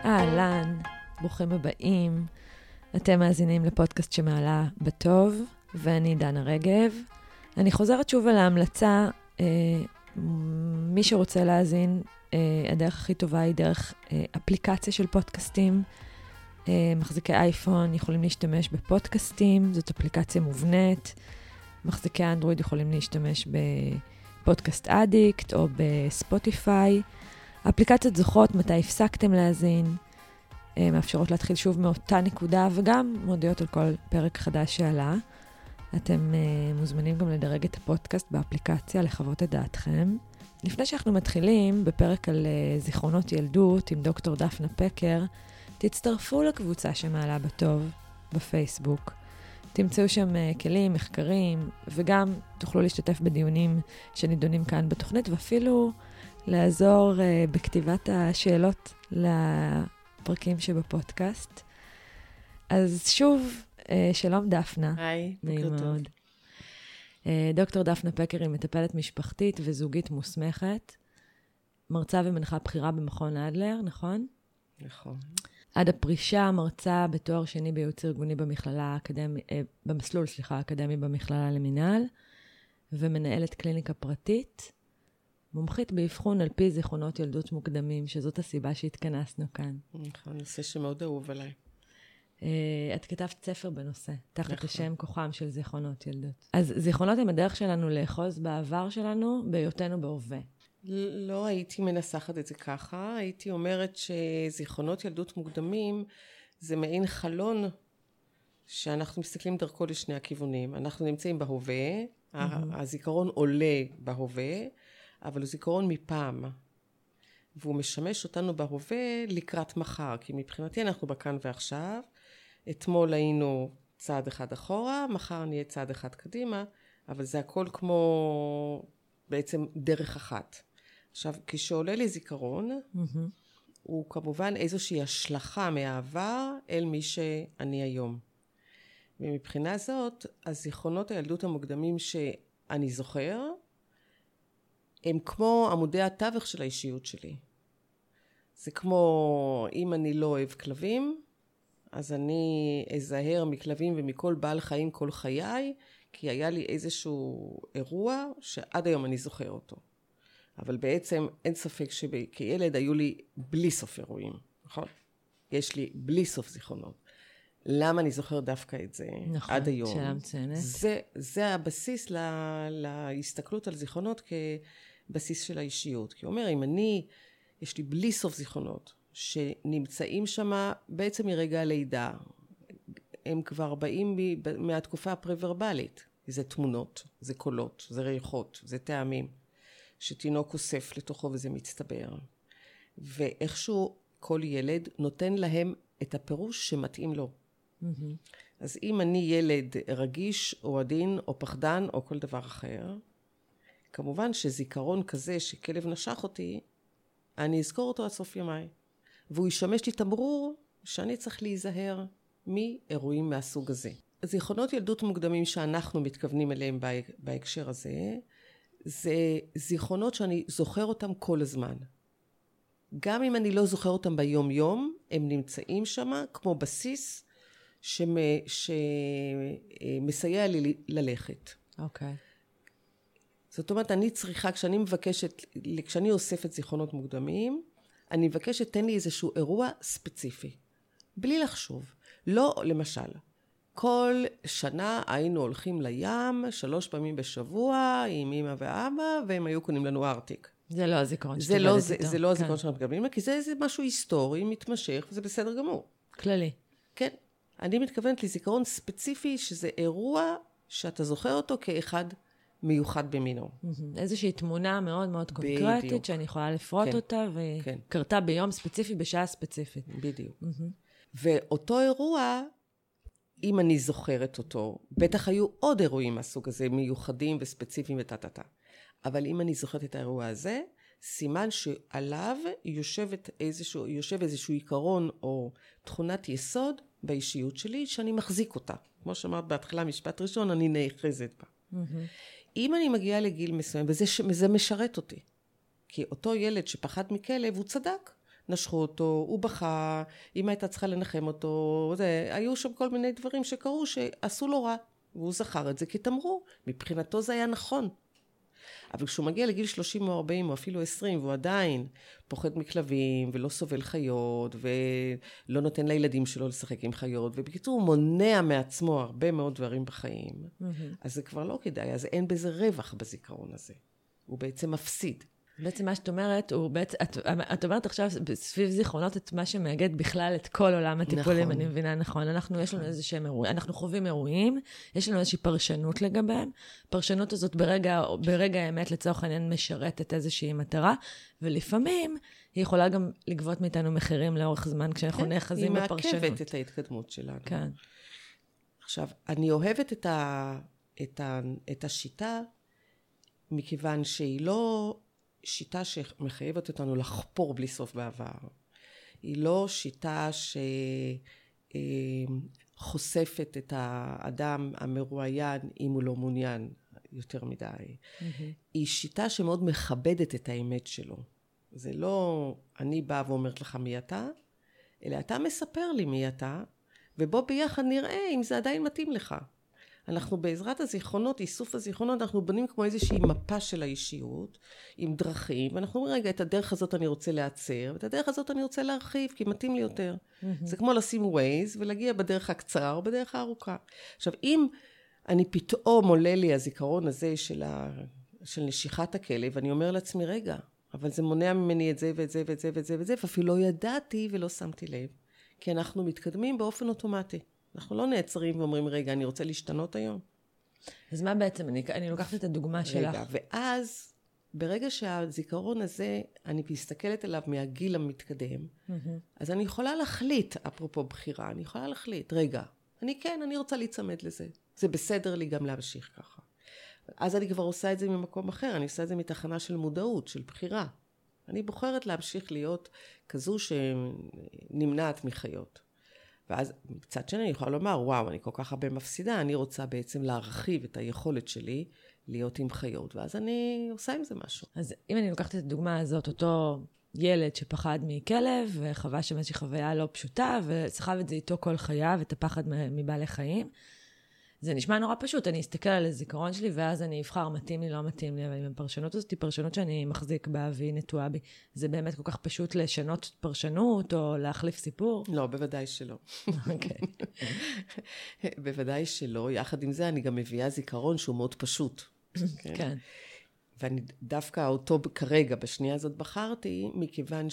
אהלן, ברוכים הבאים. אתם מאזינים לפודקאסט שמעלה בטוב, ואני דנה רגב. אני חוזרת שוב על ההמלצה, מי שרוצה להאזין, הדרך הכי טובה היא דרך אפליקציה של פודקאסטים. מחזיקי אייפון יכולים להשתמש בפודקאסטים, זאת אפליקציה מובנית. מחזיקי אנדרואיד יכולים להשתמש בפודקאסט אדיקט או בספוטיפיי. האפליקציות זוכרות מתי הפסקתם להאזין, מאפשרות להתחיל שוב מאותה נקודה, וגם מודיעות על כל פרק חדש שעלה. אתם מוזמנים גם לדרג את הפודקאסט באפליקציה, לחוות את דעתכם. לפני שאנחנו מתחילים בפרק על זיכרונות ילדות עם דוקטור דפנה פקר, תצטרפו לקבוצה שמעלה בטוב בפייסבוק. תמצאו שם כלים, מחקרים, וגם תוכלו להשתתף בדיונים שנידונים כאן בתוכנית, ואפילו לעזור בכתיבת השאלות לפרקים שבפודקאסט. אז שוב, שלום דפנה. היי, בוקר טוב. דוקטור דפנה פקר היא מטפלת משפחתית וזוגית מוסמכת, מרצה ומנחה בכירה במכון אדלר, נכון? נכון. עד הפרישה מרצה בתואר שני בייעוץ ארגוני במסלול האקדמי במכללה למינהל, ומנהלת קליניקה פרטית, מומחית באבחון על פי זיכרונות ילדות מוקדמים, שזאת הסיבה שהתכנסנו כאן. נכון, נושא שמאוד אהוב עליי. את כתבת ספר בנושא, תחת השם כוחם של זיכרונות ילדות. אז זיכרונות הם הדרך שלנו לאחוז בעבר שלנו, בהיותנו בהווה. לא הייתי מנסחת את זה ככה, הייתי אומרת שזיכרונות ילדות מוקדמים זה מעין חלון שאנחנו מסתכלים דרכו לשני הכיוונים. אנחנו נמצאים בהווה, הזיכרון עולה בהווה, אבל הוא זיכרון מפעם. והוא משמש אותנו בהווה לקראת מחר, כי מבחינתי אנחנו בכאן ועכשיו. אתמול היינו צעד אחד אחורה, מחר נהיה צעד אחד קדימה, אבל זה הכל כמו בעצם דרך אחת. עכשיו, כשעולה לי זיכרון, הוא כמובן איזושהי השלכה מהעבר אל מי שאני היום. ומבחינה זאת, הזיכרונות הילדות המוקדמים שאני זוכר, הם כמו עמודי התווך של האישיות שלי. זה כמו, אם אני לא אוהב כלבים, אז אני אזהר מכלבים ומכל בעל חיים כל חיי, כי היה לי איזשהו אירוע שעד היום אני זוכר אותו. אבל בעצם אין ספק שכילד היו לי בלי סוף אירועים, נכון? יש לי בלי סוף זיכרונות. למה אני זוכר דווקא את זה נכון, עד היום? שאלה מצוינת. זה הבסיס להסתכלות על זיכרונות כבסיס של האישיות. כי הוא אומר, אם יש לי בלי סוף זיכרונות, שנמצאים שם בעצם מרגע הלידה, הם כבר באים מהתקופה הפרה-ורבלית. זה תמונות, זה קולות, זה ריחות, זה טעמים, שתינוק אוסף לתוכו וזה מצטבר. ואיכשהו כל ילד נותן להם את הפירוש שמתאים לו. אז אם אני ילד רגיש או עדין או פחדן או כל דבר אחר, כמובן שזיכרון כזה שכלב נשך אותי, אני אזכור אותו עד סוף ימיי. והוא ישמש לי תמרור שאני צריך להיזהר מאירועים מהסוג הזה. זיכרונות ילדות מוקדמים שאנחנו מתכוונים אליהם בהקשר הזה, זה זיכרונות שאני זוכר אותם כל הזמן. גם אם אני לא זוכר אותם ביום יום, הם נמצאים שם כמו בסיס שמסייע לי ללכת. אוקיי. זאת אומרת, אני צריכה, כשאני אוספת זיכרונות מוקדמים, אני מבקשת, תן לי איזשהו אירוע ספציפי. בלי לחשוב. לא, למשל, כל שנה היינו הולכים לים 3 פעמים בשבוע עם אמא ואבא, והם היו קונים לנו ארטיק. זה לא הזיכרון שתגדת איתו. זה לא הזיכרון שאנחנו מקבלים, כי זה משהו היסטורי, מתמשך, וזה בסדר גמור. כללי. כן. אני מתכוונת לזיכרון ספציפי, שזה אירוע שאתה זוכר אותו כאחד מיוחד במינו. איזושהי תמונה מאוד מאוד קונקרטית, שאני יכולה לפרוט אותה, וקרתה ביום ספציפי, בשעה ספציפית. בדיוק. ואותו אירוע, אם אני זוכרת אותו, בטח היו עוד אירועים מהסוג הזה, מיוחדים וספציפיים וטטטה. אבל אם אני זוכרת את האירוע הזה, סימן שעליו יושב איזשהו עיקרון או תכונת יסוד באישיות שלי, שאני מחזיק אותה. כמו שאמרת בהתחלה, משפט ראשון, אני נאחזת בה. אם אני מגיעה לגיל מסוים, וזה משרת אותי. כי אותו ילד שפחד מכלב, הוא צדק. נשכו אותו, הוא בכה, אמא הייתה צריכה לנחם אותו, היו שם כל מיני דברים שקרו שעשו לו רע, והוא זכר את זה כתמרור, מבחינתו זה היה נכון. אבל כשהוא מגיע לגיל 30 או 40 או אפילו 20, והוא עדיין פוחד מכלבים ולא סובל חיות ולא נותן לילדים שלו לשחק עם חיות, ובקיצור הוא מונע מעצמו הרבה מאוד דברים בחיים, אז זה כבר לא כדאי, אז אין בזה רווח בזיכרון הזה. הוא בעצם מפסיד. בעצם מה שאת אומרת, את אומרת עכשיו סביב זיכרונות את מה שמאגד בכלל את כל עולם הטיפולים, אני מבינה נכון. יש לנו איזשהם אירועים, אנחנו חווים אירועים, יש לנו איזושהי פרשנות לגביהם. פרשנות הזאת ברגע האמת לצורך העניין משרתת איזושהי מטרה, ולפעמים היא יכולה גם לגבות מאיתנו מחירים לאורך זמן, כשאנחנו נאחזים בפרשנות. היא מעכבת את ההתקדמות שלנו. כן. עכשיו, אני אוהבת את השיטה, מכיוון שהיא לא שיטה שמחייבת אותנו לחפור בלי סוף בעבר. היא לא שיטה שחושפת את האדם המרואיין אם הוא לא מעוניין יותר מדי. היא שיטה שמאוד מכבדת את האמת שלו. זה לא אני באה ואומרת לך מי אתה, אלא אתה מספר לי מי אתה, ובוא ביחד נראה אם זה עדיין מתאים לך. אנחנו בעזרת הזיכרונות, איסוף הזיכרונות, אנחנו בונים כמו איזושהי מפה של האישיות, עם דרכים, ואנחנו אומרים, רגע, את הדרך הזאת אני רוצה לעצר, ואת הדרך הזאת אני רוצה להרחיב, כי מתאים לי יותר. זה כמו לשים ווייז, ולהגיע בדרך הקצרה או בדרך הארוכה. עכשיו, אם אני פתאום עולה לי הזיכרון הזה של נשיכת הכלב, ואני אומר לעצמי, רגע, אבל זה מונע ממני את זה ואת זה ואת זה ואת זה ואת זה, ואפילו לא ידעתי ולא שמתי לב, כי אנחנו מתקדמים באופן אוטומטי. אנחנו לא נעצרים ואומרים, רגע, אני רוצה להשתנות היום. אז מה בעצם? אני לוקחת את הדוגמה שלך. רגע, ואז, ברגע שהזיכרון הזה, אני מסתכלת עליו מהגיל המתקדם, אז אני יכולה להחליט, אפרופו בחירה, אני יכולה להחליט, רגע, אני רוצה להיצמד לזה. זה בסדר לי גם להמשיך ככה. אז אני כבר עושה את זה ממקום אחר, אני עושה את זה מתחנה של מודעות, של בחירה. אני בוחרת להמשיך להיות כזו שנמנעת מחיות. ואז קצת שני אני יכולה לומר, וואו, אני כל כך הרבה מפסידה, אני רוצה בעצם להרחיב את היכולת שלי להיות עם חיות, ואז אני עושה עם זה משהו. אז אם אני לוקחת את הדוגמה הזאת, אותו ילד שפחד מכלב, וחווה שם איזושהי חוויה לא פשוטה, וסחב את זה איתו כל חייו, את הפחד מבעלי חיים, זה נשמע נורא פשוט, אני אסתכל על הזיכרון שלי, ואז אני אבחר מתאים לי, לא מתאים לי, אבל אם הפרשנות הזאת היא פרשנות שאני מחזיק בה, והיא נטועה בי, זה באמת כל כך פשוט לשנות פרשנות, או להחליף סיפור? לא, בוודאי שלא. אוקיי. בוודאי שלא, יחד עם זה אני גם מביאה זיכרון שהוא מאוד פשוט. כן. ואני דווקא אותו כרגע, בשנייה הזאת בחרתי, מכיוון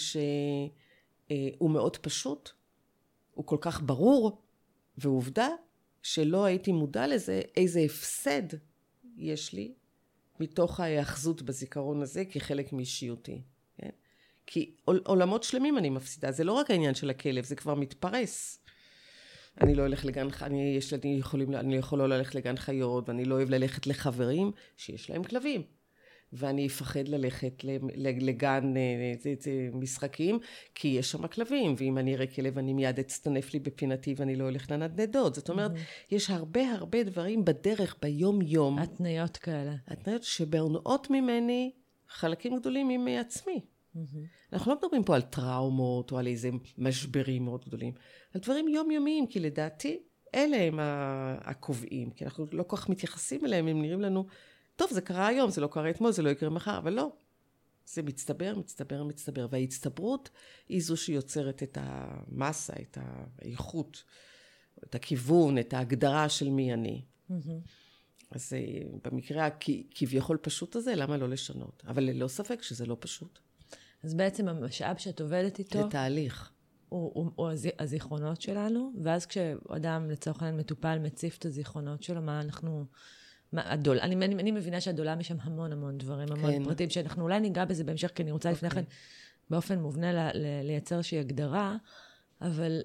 שהוא מאוד פשוט, הוא כל כך ברור, ועובדה, שלא הייתי מודע לזה, איזה הפסד יש לי מתוך ההאחזות בזיכרון הזה כחלק מאישיותי. כן? כי עולמות שלמים אני מפסידה, זה לא רק העניין של הכלב, זה כבר מתפרס. אני לא הולך לגן, אני לא יכול לא ללכת לגן חיות, ואני לא אוהב ללכת לחברים שיש להם כלבים. ואני אפחד ללכת לגן משחקים, כי יש שם כלבים, ואם אני אראה כלב, אני מיד אצטנף לי בפינתי, ואני לא הולך לנדנדות. זאת אומרת, יש הרבה דברים בדרך, ביום-יום. התניות כאלה. התניות שבאונעות ממני, חלקים גדולים מעצמי. אנחנו לא מדברים פה על טראומות, או על איזה משברים מאוד גדולים, על דברים יומיומיים, כי לדעתי, אלה הם הקובעים, כי אנחנו לא כל כך מתייחסים אליהם, הם נראים לנו, טוב, זה קרה היום, זה לא קרה אתמול, זה לא יקרה מחר, אבל לא. זה מצטבר, וההצטברות היא זו שיוצרת את המסה, את האיכות, את הכיוון, את ההגדרה של מי אני. אז במקרה כביכול פשוט הזה, למה לא לשנות? אבל ללא ספק שזה לא פשוט. אז בעצם המשאב שאת עובדת איתו, זה תהליך. הוא הזיכרונות שלנו, ואז כשאדם לצורך העניין מטופל מציף את הזיכרונות שלו, מה אנחנו... אני מבינה שהדולה משם המון דברים, המון פרטים, שאנחנו אולי ניגע בזה בהמשך, כי אני רוצה לפני כן באופן מובנה לייצר שהיא הגדרה, אבל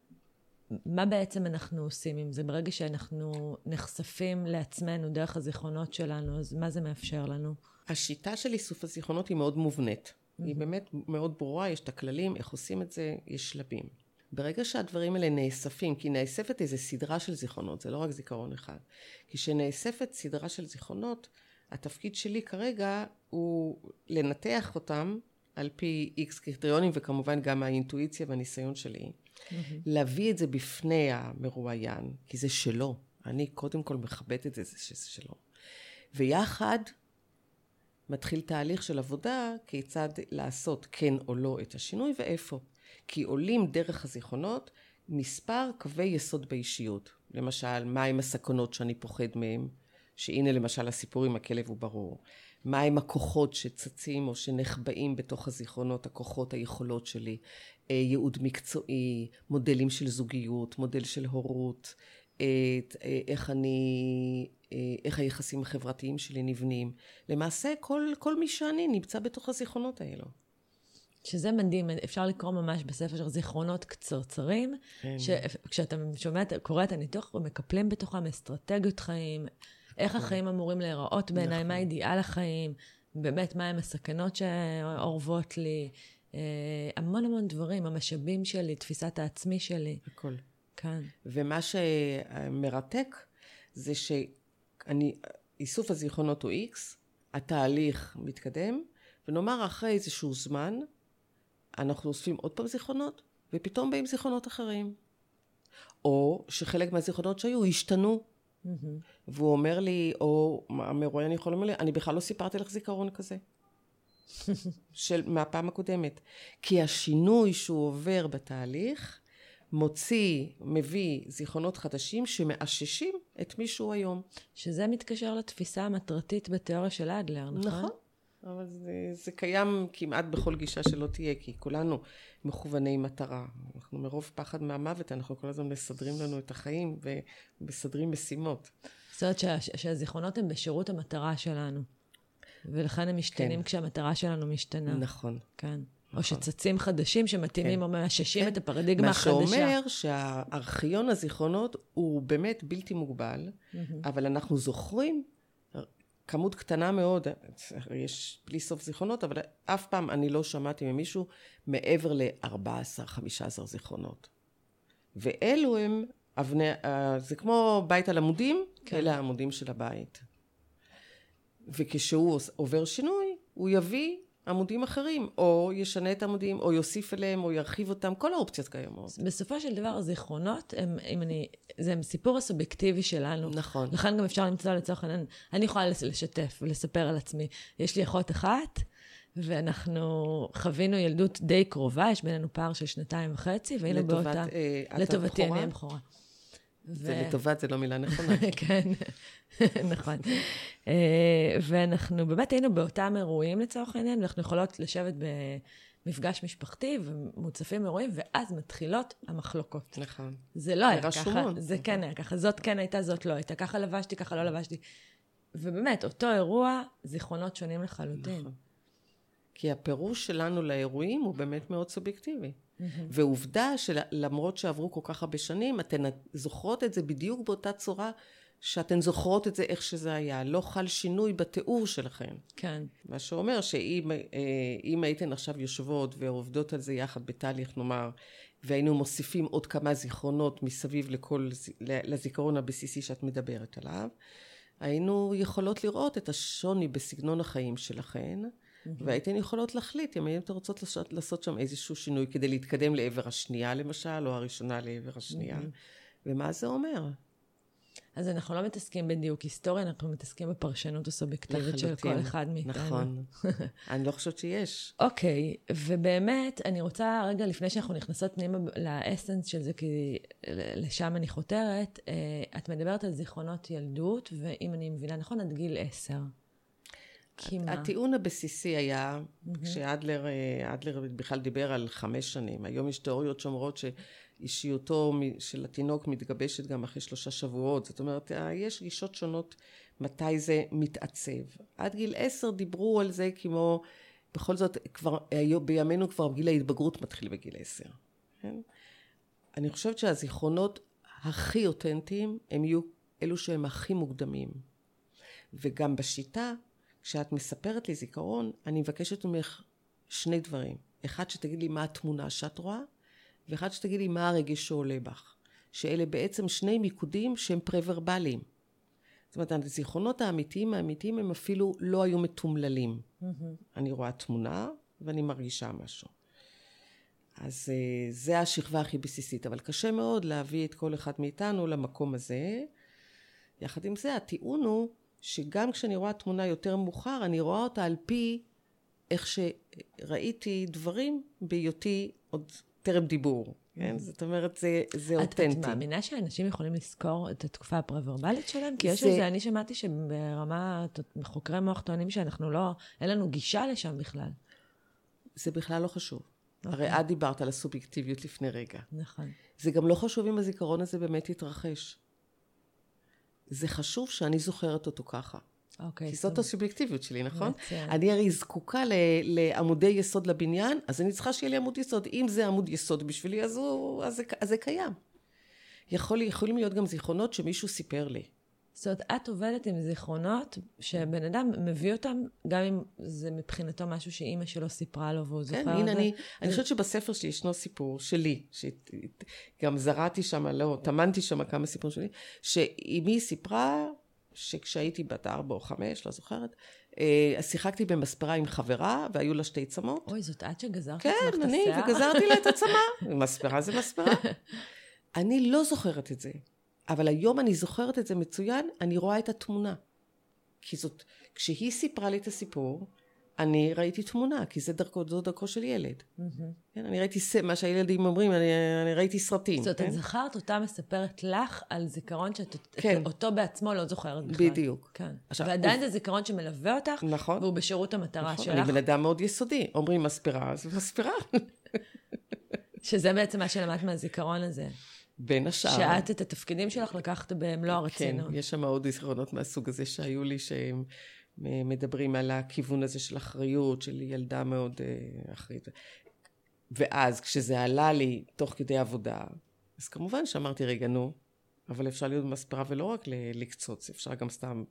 מה בעצם אנחנו עושים עם זה? ברגע שאנחנו נחשפים לעצמנו דרך הזיכרונות שלנו, אז מה זה מאפשר לנו? השיטה של איסוף הזיכרונות היא מאוד מובנית. היא באמת מאוד ברורה, יש את הכללים, איך עושים את זה, יש שלבים. ברגע שהדברים האלה נאספים, כי נאספת איזו סדרה של זיכרונות, זה לא רק זיכרון אחד. כשנאספת סדרה של זיכרונות, התפקיד שלי כרגע הוא לנתח אותם על פי איקס קריטריונים, וכמובן גם האינטואיציה והניסיון שלי, להביא את זה בפני המרואיין, כי זה שלו. אני קודם כל מכבדת את זה שזה שלו. ויחד מתחיל תהליך של עבודה, כיצד לעשות כן או לא את השינוי ואיפה. כי עולים דרך הזיכרונות מספר קווי יסוד באישיות. למשל, מהם הסכנות שאני פוחד מהם, שהנה למשל הסיפור עם הכלב הוא ברור. מהם הכוחות שצצים או שנחבאים בתוך הזיכרונות, הכוחות, היכולות שלי, ייעוד מקצועי, מודלים של זוגיות, מודל של הורות, איך היחסים החברתיים שלי נבנים. למעשה, כל מי שאני נמצא בתוך הזיכרונות האלו. שזה מדהים, אפשר לקרוא ממש בספר של זיכרונות קצרצרים, שכשאתה קורא את הניתוח, מקפלים בתוכם אסטרטגיות חיים, איך החיים אמורים להיראות בעיניי, מה אידיאל החיים, באמת מה הם הסכנות שאורבות לי, המון המון דברים, המשאבים שלי, תפיסת העצמי שלי. הכל. כאן. ומה שמרתק זה איסוף הזיכרונות הוא X, התהליך מתקדם, ונאמר אחרי איזשהו זמן, אנחנו אוספים עוד פעם זיכרונות, ופתאום באים זיכרונות אחרים. או שחלק מהזיכרונות שהיו השתנו. והוא אומר לי, או המרואיין יכול לומר לי, אני בכלל לא סיפרתי לך זיכרון כזה. מהפעם הקודמת. כי השינוי שהוא עובר בתהליך, מביא זיכרונות חדשים שמאששים את מישהו היום. שזה מתקשר לתפיסה המטרתית בתיאוריה של אדלר, נכון? נכון. אבל זה קיים כמעט בכל גישה שלא תהיה, כי כולנו מכווני מטרה. אנחנו מרוב פחד מהמוות, אנחנו כל הזמן מסדרים לנו את החיים ומסדרים משימות. זאת אומרת שהזיכרונות הם בשירות המטרה שלנו, ולכן הם משתנים כשהמטרה שלנו משתנה. נכון. כן. או שצצים חדשים שמתאימים או מאששים את הפרדיגמה החדשה. מה שאומר שהארכיון הזיכרונות הוא באמת בלתי מוגבל, אבל אנחנו זוכרים כמות קטנה מאוד, יש בלי סוף זיכרונות, אבל אף פעם אני לא שמעתי ממישהו מעבר ל-14-15 זיכרונות. ואלו הם זה כמו בית על עמודים, אלה העמודים של הבית. וכשהוא עובר שינוי, הוא יביא עמודים אחרים, או ישנה את העמודים, או יוסיף אליהם, או ירחיב אותם, כל האופציות קיימות. בסופו של דבר, הזיכרונות, זה סיפור הסובייקטיבי שלנו. נכון. לכן גם אפשר למצוא לצורך העניין, אני יכולה לשתף ולספר על עצמי. יש לי אחות אחת, ואנחנו חווינו ילדות די קרובה, יש בינינו פער של 2.5, והיינו באותה... לטובתי, אני הבכורה. ולטובת זה לא מילה נכונה. כן, נכון. ואנחנו באמת היינו באותם אירועים לצורך העניין, ואנחנו יכולות לשבת במפגש משפחתי ומוצפים אירועים, ואז מתחילות המחלוקות. נכון. זה לא היה ככה, זה כן היה ככה, זאת כן הייתה, זאת לא הייתה, ככה לבשתי, ככה לא לבשתי. ובאמת, אותו אירוע, זיכרונות שונים לחלוטין. נכון. כי הפירוש שלנו לאירועים הוא באמת מאוד סובייקטיבי. ועובדה שלמרות שעברו כל כך הרבה שנים, אתן זוכרות את זה בדיוק באותה צורה שאתן זוכרות את זה איך שזה היה. לא חל שינוי בתיאור שלכם. כן. מה שאומר שאם הייתן עכשיו יושבות ועובדות על זה יחד בתהליך, נאמר, והיינו מוסיפים עוד כמה זיכרונות מסביב לזיכרון הבסיסי שאת מדברת עליו, היינו יכולות לראות את השוני בסגנון החיים שלכן, והייתן יכולות להחליט אם הייתן רוצות לעשות שם איזשהו שינוי כדי להתקדם לעבר השנייה למשל, או הראשונה לעבר השנייה. ומה זה אומר? אז אנחנו לא מתעסקים בדיוק היסטוריה, אנחנו מתעסקים בפרשנות הסובייקטיבית של כל אחד מאיתנו. נכון. אני לא חושבת שיש. אוקיי, ובאמת אני רוצה רגע לפני שאנחנו נכנסות פנימה לאסנס של זה, כי לשם אני חותרת, את מדברת על זיכרונות ילדות, ואם אני מבינה נכון, עד גיל 10. הטיעון הבסיסי היה, כשאדלר בכלל דיבר על 5 שנים, היום יש תיאוריות שאומרות שאישיותו של התינוק מתגבשת גם אחרי 3 שבועות, זאת אומרת, יש גישות שונות מתי זה מתעצב. עד גיל 10 דיברו על זה כמו, בכל זאת, בימינו כבר גיל ההתבגרות מתחיל בגיל 10. כן? אני חושבת שהזיכרונות הכי אותנטיים הם יהיו אלו שהם הכי מוקדמים. וגם בשיטה, כשאת מספרת לי זיכרון, אני מבקשת ממך 2 דברים. אחד, שתגיד לי מה התמונה שאת רואה, ואחד, שתגיד לי מה הרגש שעולה בך. שאלה בעצם 2 מיקודים שהם פרה-ורבליים. זאת אומרת, הזיכרונות האמיתיים הם אפילו לא היו מתומללים. אני רואה תמונה, ואני מרגישה משהו. אז זה השכבה הכי בסיסית, אבל קשה מאוד להביא את כל אחד מאיתנו למקום הזה. יחד עם זה, הטיעון הוא שגם כשאני רואה תמונה יותר מאוחר, אני רואה אותה על פי איך שראיתי דברים בהיותי עוד טרם דיבור. כן? זאת אומרת, זה אותנטי. את מאמינה שאנשים יכולים לזכור את התקופה הפרה-ורבלית שלהם? כי יש לזה, אני שמעתי שברמה, חוקרי מוח טוענים שאנחנו לא, אין לנו גישה לשם בכלל. זה בכלל לא חשוב. הרי את דיברת על הסובייקטיביות לפני רגע. נכון. זה גם לא חשוב אם הזיכרון הזה באמת יתרחש. זה חשוב שאני זוכרת אותו ככה. כי זאת הסובייקטיביות שלי, נכון? אני הרי זקוקה לעמודי יסוד לבניין, אז אני צריכה שיהיה לי עמוד יסוד. אם זה עמוד יסוד בשבילי, אז זה קיים. יכולים להיות גם זיכרונות שמישהו סיפר לי. זאת אומרת, את עובדת עם זיכרונות שבן אדם מביא אותם, גם אם זה מבחינתו משהו שאימא שלו סיפרה לו והוא זוכר את זה. כן, הנה, אני חושבת שבספר שלי ישנו סיפור שלי, שגם זרעתי שם, לא, תמנתי שם כמה סיפורים שלי, שאימי סיפרה שכשהייתי בת 4 או 5, לא זוכרת, שיחקתי במספרה עם חברה, והיו לה 2 צמות. אוי, זאת את שגזרת כן, עצמך את השיער? כן, וגזרתי לה את הצמה. מספרה זה מספרה. אני לא זוכרת את זה. אבל היום אני זוכרת את זה מצוין, אני רואה את התמונה. כי זאת, כשהיא סיפרה לי את הסיפור, אני ראיתי תמונה, כי זה דרכו של ילד. כן, אני ראיתי, מה שהילדים אומרים, אני ראיתי סרטים. זאת אומרת, זכרת אותה מספרת לך על זיכרון שאותו בעצמו לא זוכרת בכלל. בדיוק. כן. ועדיין זה זיכרון שמלווה אותך, נכון. והוא בשירות המטרה שלך. אני בן אדם מאוד יסודי. אומרים מספרה, אז מספרה. שזה בעצם מה שלמדת מהזיכרון הזה. בין השאר. שאת את התפקידים שלך לקחת במלוא הרצינות. כן, יש שם עוד זיכרונות מהסוג הזה שהיו לי, שהם מדברים על הכיוון הזה של אחריות, של ילדה מאוד אחרית. ואז כשזה עלה לי תוך כדי עבודה, אז כמובן שאמרתי, רגע, נו, אבל אפשר להיות במספרה ולא רק לקצוץ, אפשר גם סתם.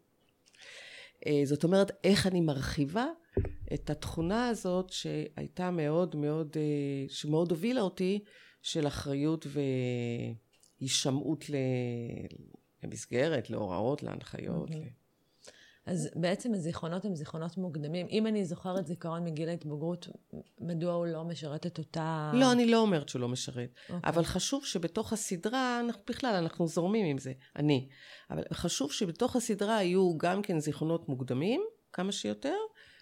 זאת אומרת, איך אני מרחיבה את התכונה הזאת שהייתה מאוד מאוד, שמאוד הובילה אותי, של אחריות והישמעות למסגרת, להוראות, להנחיות. אז בעצם הזיכרונות הם זיכרונות מוקדמים. אם אני זוכרת זיכרון מגיל ההתבגרות, מדוע הוא לא משרת את אותה... לא, אני לא אומרת שהוא לא משרת. אבל חשוב שבתוך הסדרה, בכלל אנחנו זורמים עם זה, אבל חשוב שבתוך הסדרה היו גם כן זיכרונות מוקדמים, כמה שיותר,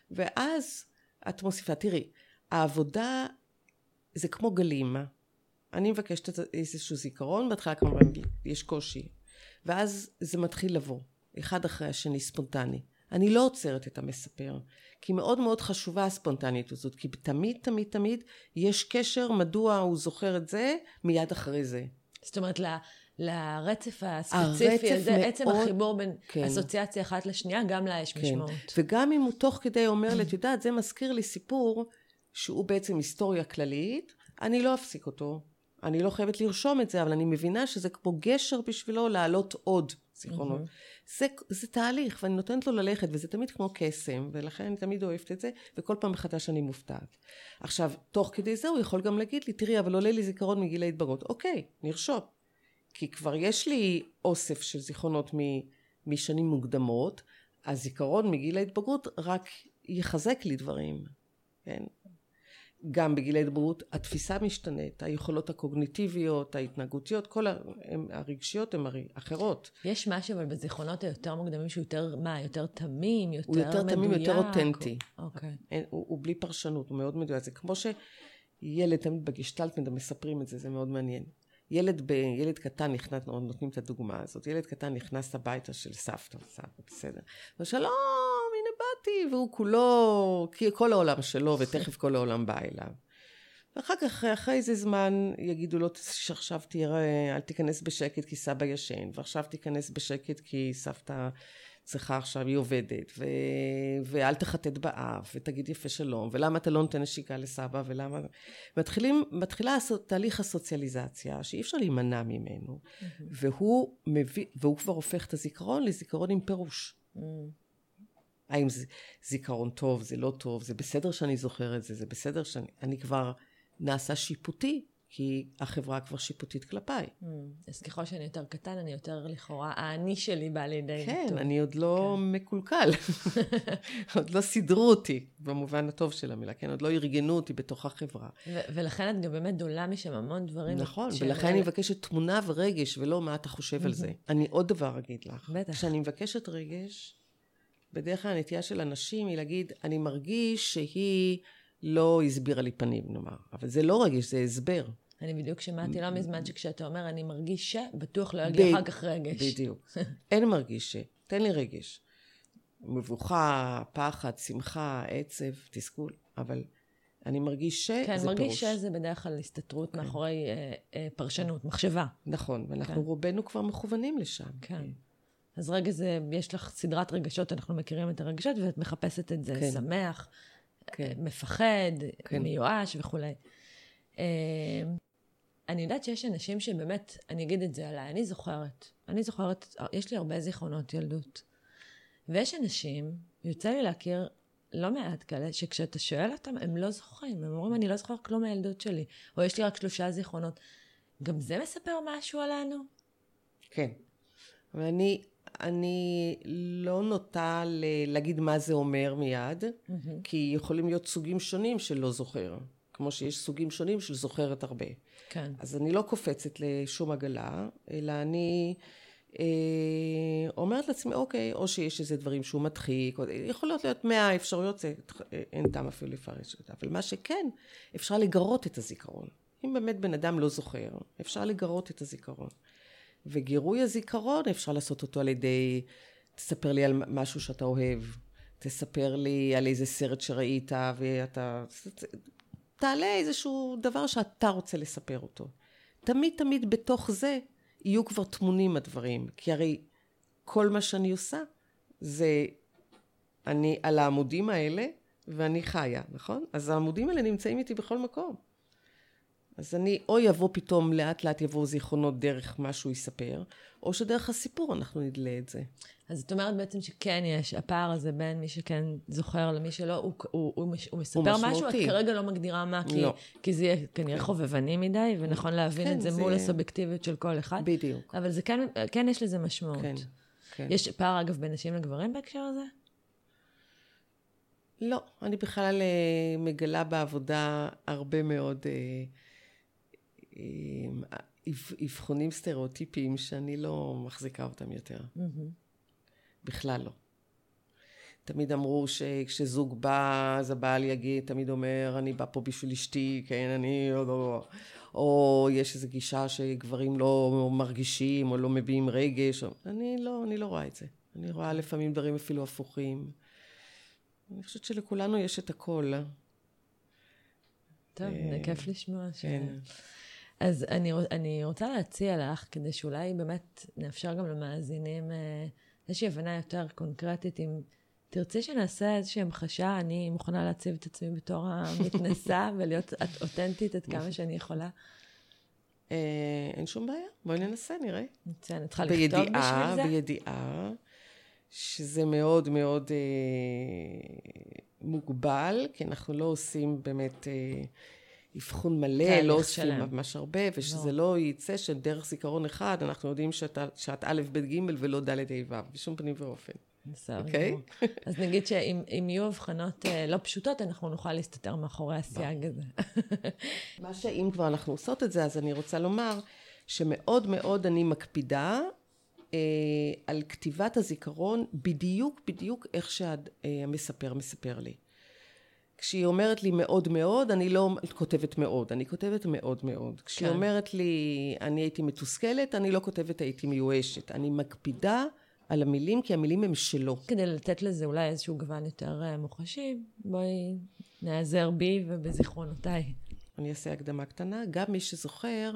ואז את מוסיפה, תראי, העבודה זה כמו גלים, אני מבקשת איזשהו זיכרון, בהתחלה כמובן יש קושי, ואז זה מתחיל לבוא, אחד אחרי השני ספונטני. אני לא עוצרת את המספר, כי מאוד מאוד חשובה הספונטנית הזאת, כי תמיד יש קשר מדוע הוא זוכר את זה מיד אחרי זה. זאת אומרת, לרצף הספציפי הזה, עצם החיבור בין אסוציאציה אחת לשנייה, גם לה יש משמעות. וגם אם הוא תוך כדי אומר לי, את יודעת, זה מזכיר לי סיפור, שהוא בעצם היסטוריה כללית, אני לא אפסיק אותו. אני לא חייבת לרשום את זה, אבל אני מבינה שזה כמו גשר בשבילו לעלות עוד זיכרונות. זה תהליך, ואני נותנת לו ללכת, וזה תמיד כמו קסם, ולכן אני תמיד אוהבת את זה, וכל פעם מחדש אני מופתעת. עכשיו, תוך כדי זה הוא יכול גם להגיד לי, תראי, אבל עולה לי זיכרון מגיל ההתבגרות. אוקיי, נרשום. כי כבר יש לי אוסף של זיכרונות משנים מוקדמות, הזיכרון מגיל ההתבגרות רק יחזק לי דברים. כן? גם בגיל ההתבגרות התפיסה משתנית, היכולות הקוגניטיביות, ההתנהגותיות, כל הרגשיות הן אחרות. יש משהו אבל בזיכרונות היותר מוקדמים שהוא יותר תמים, יותר מדויק. הוא יותר תמים, יותר אותנטי. אוקיי. הוא בלי פרשנות, הוא מאוד מדויק. זה כמו שילד תמיד בגשטלט מספרים את זה, זה מאוד מעניין. ילד קטן נכנס, נותנים את הדוגמה הזאת, ילד קטן נכנס הביתה של סבתא, בסדר. ושלום, הנה באתי, והוא כולו, כל העולם שלו, ותכף כל העולם בא אליו. ואחר כך, אחרי איזה זמן, יגידו לו, שעכשיו תראה, אל תיכנס בשקט כי סבא ישן, ועכשיו תיכנס בשקט כי סבתא צריכה עכשיו, היא עובדת, ואל תחטט באף, ותגיד יפה שלום, ולמה אתה לא נותן נשיקה לסבא, ולמה... מתחילה תהליך הסוציאליזציה, שאי אפשר להימנע ממנו, והוא כבר הופך את הזיכרון לזיכרון עם פירוש. האם זה זיכרון טוב, זה לא טוב, זה בסדר שאני זוכר את זה, זה בסדר שאני כבר נעשה שיפוטי, כי החברה כבר שיפוטית כלפיי. אז ככל שאני יותר קטן, אני יותר לכאורה, האני שלי בא לידי כן, ביטוי. אני עוד לא מקולקל. עוד לא סידרו אותי, במובן הטוב של המילה, כן? עוד לא ארגנו אותי בתוך החברה. ולכן את גם באמת דולה משם המון דברים. נכון, ולכן אני מבקשת תמונה ורגש, ולא מה אתה חושב על זה. אני עוד דבר אגיד לך. בטח. כשאני מבקשת רגש, בדרך כלל הנטייה של אנשים היא להגיד, אני מרגיש שהיא לא הסבירה לי פנים, נאמר. אבל זה לא רגש, זה הסבר. אני בדיוק שמעתי לא מזמן שכשאתה אומר, אני מרגיש בטוח לא יגיע אחר כך רגש. בדיוק. אין מרגיש תן לי רגש. מבוכה, פחד, שמחה, עצב, תסכול. אבל אני מרגיש זה פירוש. כן, מרגיש זה בדרך כלל הסתתרות מאחורי פרשנות, מחשבה. נכון, ואנחנו רובנו כבר מכוונים לשם. כן. אז רגע זה, יש לך סדרת רגשות, אנחנו מכירים את הרגשות, ואת מחפשת את זה שמח, מפחד, מיואש וכו'. אני יודעת שיש אנשים שבאמת, אני אגיד את זה עליי, אני זוכרת, יש לי הרבה זיכרונות ילדות. ויש אנשים, יוצא לי להכיר לא מעט כאלה, שכשאתה שואל אותם, הם לא זוכרים, הם אומרים, אני לא זוכר כלום מהילדות שלי, או יש לי רק 3 זיכרונות. גם זה מספר משהו עלינו? כן. אני לא נוטה להגיד מה זה אומר מיד, כי יכולים להיות סוגים שונים של לא זוכר, כמו שיש סוגים שונים של זוכרת הרבה. כן. אז אני לא קופצת לשום עגלה, אלא אני אומרת לעצמי, אוקיי, או שיש איזה דברים שהוא מדחיק, יכול להיות 100 אפשרויות, אין טעם אפילו לפרש אותה, אבל מה שכן, אפשר לגרות את הזיכרון. אם באמת בן אדם לא זוכר, אפשר לגרות את הזיכרון. וגירוי הזיכרון אפשר לעשות אותו על ידי, תספר לי על משהו שאתה אוהב, תספר לי על איזה סרט שראית, ואתה תעלה איזשהו דבר שאתה רוצה לספר אותו. תמיד בתוך זה יהיו כבר תמונים הדברים, כי הרי כל מה שאני עושה זה אני על העמודים האלה ואני חיה, נכון? אז העמודים האלה נמצאים איתי בכל מקום. אז אני או יבוא פתאום לאט לאט יבוא זיכרונות דרך מה שהוא יספר, או שדרך הסיפור אנחנו נדלה את זה. אז את אומרת בעצם שכן יש, הפער הזה בין מי שכן זוכר למי שלא, הוא מספר משהו, את כרגע לא מגדירה מה, כי זה יהיה כנראה חובבני מדי, ונכון להבין את זה מול הסובייקטיביות של כל אחד. בדיוק. אבל זה כן יש לזה משמעות. כן. יש פער אגב בין נשים לגברים בהקשר הזה? לא, אני בכלל מגלה בעבודה הרבה מאוד אבחונים סטריאוטיפיים שאני לא מחזיקה אותם יותר. בכלל לא. תמיד אמרו שכשזוג בא, אז הבעל יגיד, תמיד אומר, אני בא פה בשביל אשתי, כן, אני לא. או יש איזו גישה שגברים לא מרגישים או לא מביעים רגש. אני לא רואה את זה. אני רואה לפעמים דברים אפילו הפוכים. אני חושבת שלכולנו יש את הכל. טוב, כיף לשמוע. כן. אז אני רוצה להציע לך, כדי שאולי באמת נאפשר גם למאזינים איזושהי הבנה יותר קונקרטית, אם תרצי שנעשה איזושהי המחשה, אני מוכנה להציב את עצמי בתור המתנסה, ולהיות אותנטית עד כמה שאני יכולה. אין שום בעיה, בואי ננסה, נראה. אני צריכה לכתוב בשביל זה? בידיעה, שזה מאוד מאוד מוגבל, כי אנחנו לא עושים באמת אבחון מלא, לא עושים ממש הרבה, ושזה לא יצא שדרך זיכרון אחד, אנחנו יודעים שאת א' ב' ג' ולא ד' ה' ו', בשום פנים ואופן. אוקיי? אז נגיד שאם יהיו הבחנות לא פשוטות, אנחנו נוכל להסתתר מאחורי הסייג הזה. מה שאם כבר אנחנו עושות את זה, אז אני רוצה לומר שמאוד מאוד אני מקפידה על כתיבת הזיכרון בדיוק איך שהמספר מספר לי. כשהיא אומרת לי מאוד מאוד, אני לא כותבת מאוד, אני כותבת מאוד מאוד. כשהיא אומרת לי, אני הייתי מתוסכלת, אני לא כותבת הייתי מיואשת. אני מקפידה על המילים, כי המילים הם שלו. כדי לתת לזה אולי איזשהו גוון יותר מוחשי, בואי נעזר בי ובזיכרונותיי. אני אעשה הקדמה קטנה. גם מי שזוכר,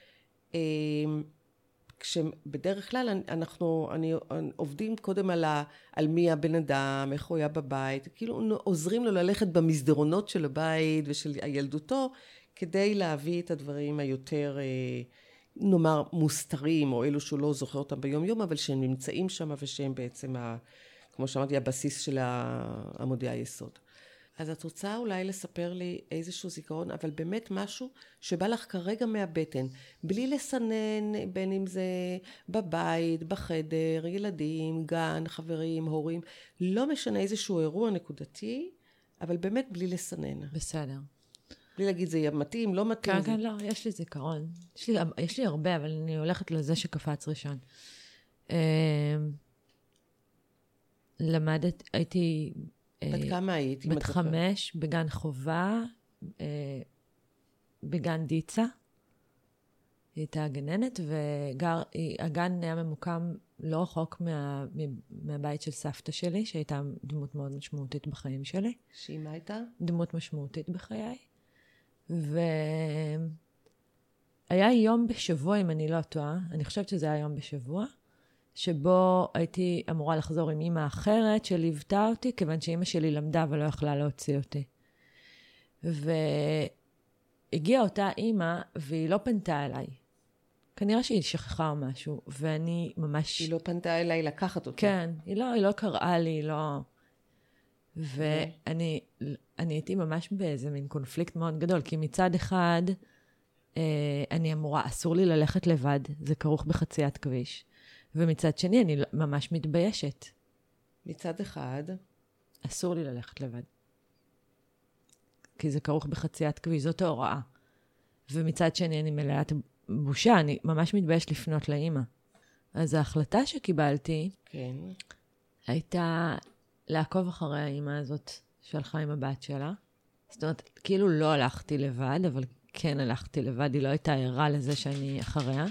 כשבדרך כלל אנחנו עובדים קודם על מי הבן אדם, איך הוא היה בבית, כאילו עוזרים לו ללכת במסדרונות של הבית ושל הילדותו, כדי להביא את הדברים היותר, נאמר, מוסתרים, או אלו שהוא לא זוכר אותם ביום יום, אבל שהם נמצאים שם ושהם בעצם, כמו שאמרתי, הבסיס של עמודי היסוד. אז את רוצה אולי לספר לי איזשהו זיכרון, אבל באמת משהו שבא לך כרגע מהבטן, בלי לסנן, בין אם זה בבית, בחדר, ילדים, גן, חברים, הורים, לא משנה איזשהו אירוע נקודתי, אבל באמת בלי לסנן. בסדר. בלי להגיד זה יהיה מתאים, לא מתאים. כן, זה... כן, לא, יש לי זיכרון. יש לי הרבה, אבל אני הולכת לזה שקפץ ראשון. הייתי... בת כמה היית? בת 5, בגן חובה, בגן דיצה. היא הייתה גננת, והגן היה ממוקם לא רחוק מהבית של סבתא שלי, שהייתה דמות מאוד משמעותית בחיים שלי. שהיא מה הייתה? דמות משמעותית בחיי. והיה יום בשבוע, אם אני לא טועה, אני חושבת שזה היה יום בשבוע, שבו הייתי אמורה לחזור עם אמא אחרת שליוותה אותי, כיוון שאמא שלי למדה ולא יכלה להוציא אותי. והגיעה אותה אמא, והיא לא פנתה אליי. כנראה שהיא שכחה או משהו, ואני ממש... היא לא פנתה אליי לקחת אותי. כן, היא לא קראה לי, לא... ואני הייתי ממש באיזה מין קונפליקט מאוד גדול, כי מצד אחד, אני אמורה, אסור לי ללכת לבד, זה כרוך בחציית כביש. ומצד שני, אני ממש מתביישת. מצד אחד? אסור לי ללכת לבד. כי זה כרוך בחציית כביש, זאת ההוראה. ומצד שני, אני מלאת בושה, אני ממש מתבייש לפנות לאמא. אז ההחלטה שקיבלתי, כן. הייתה לעקוב אחרי האמא הזאת שהלכה עם הבת שלה. זאת אומרת, כאילו לא הלכתי לבד, אבל כן הלכתי לבד, היא לא הייתה ערה לזה שאני אחריה.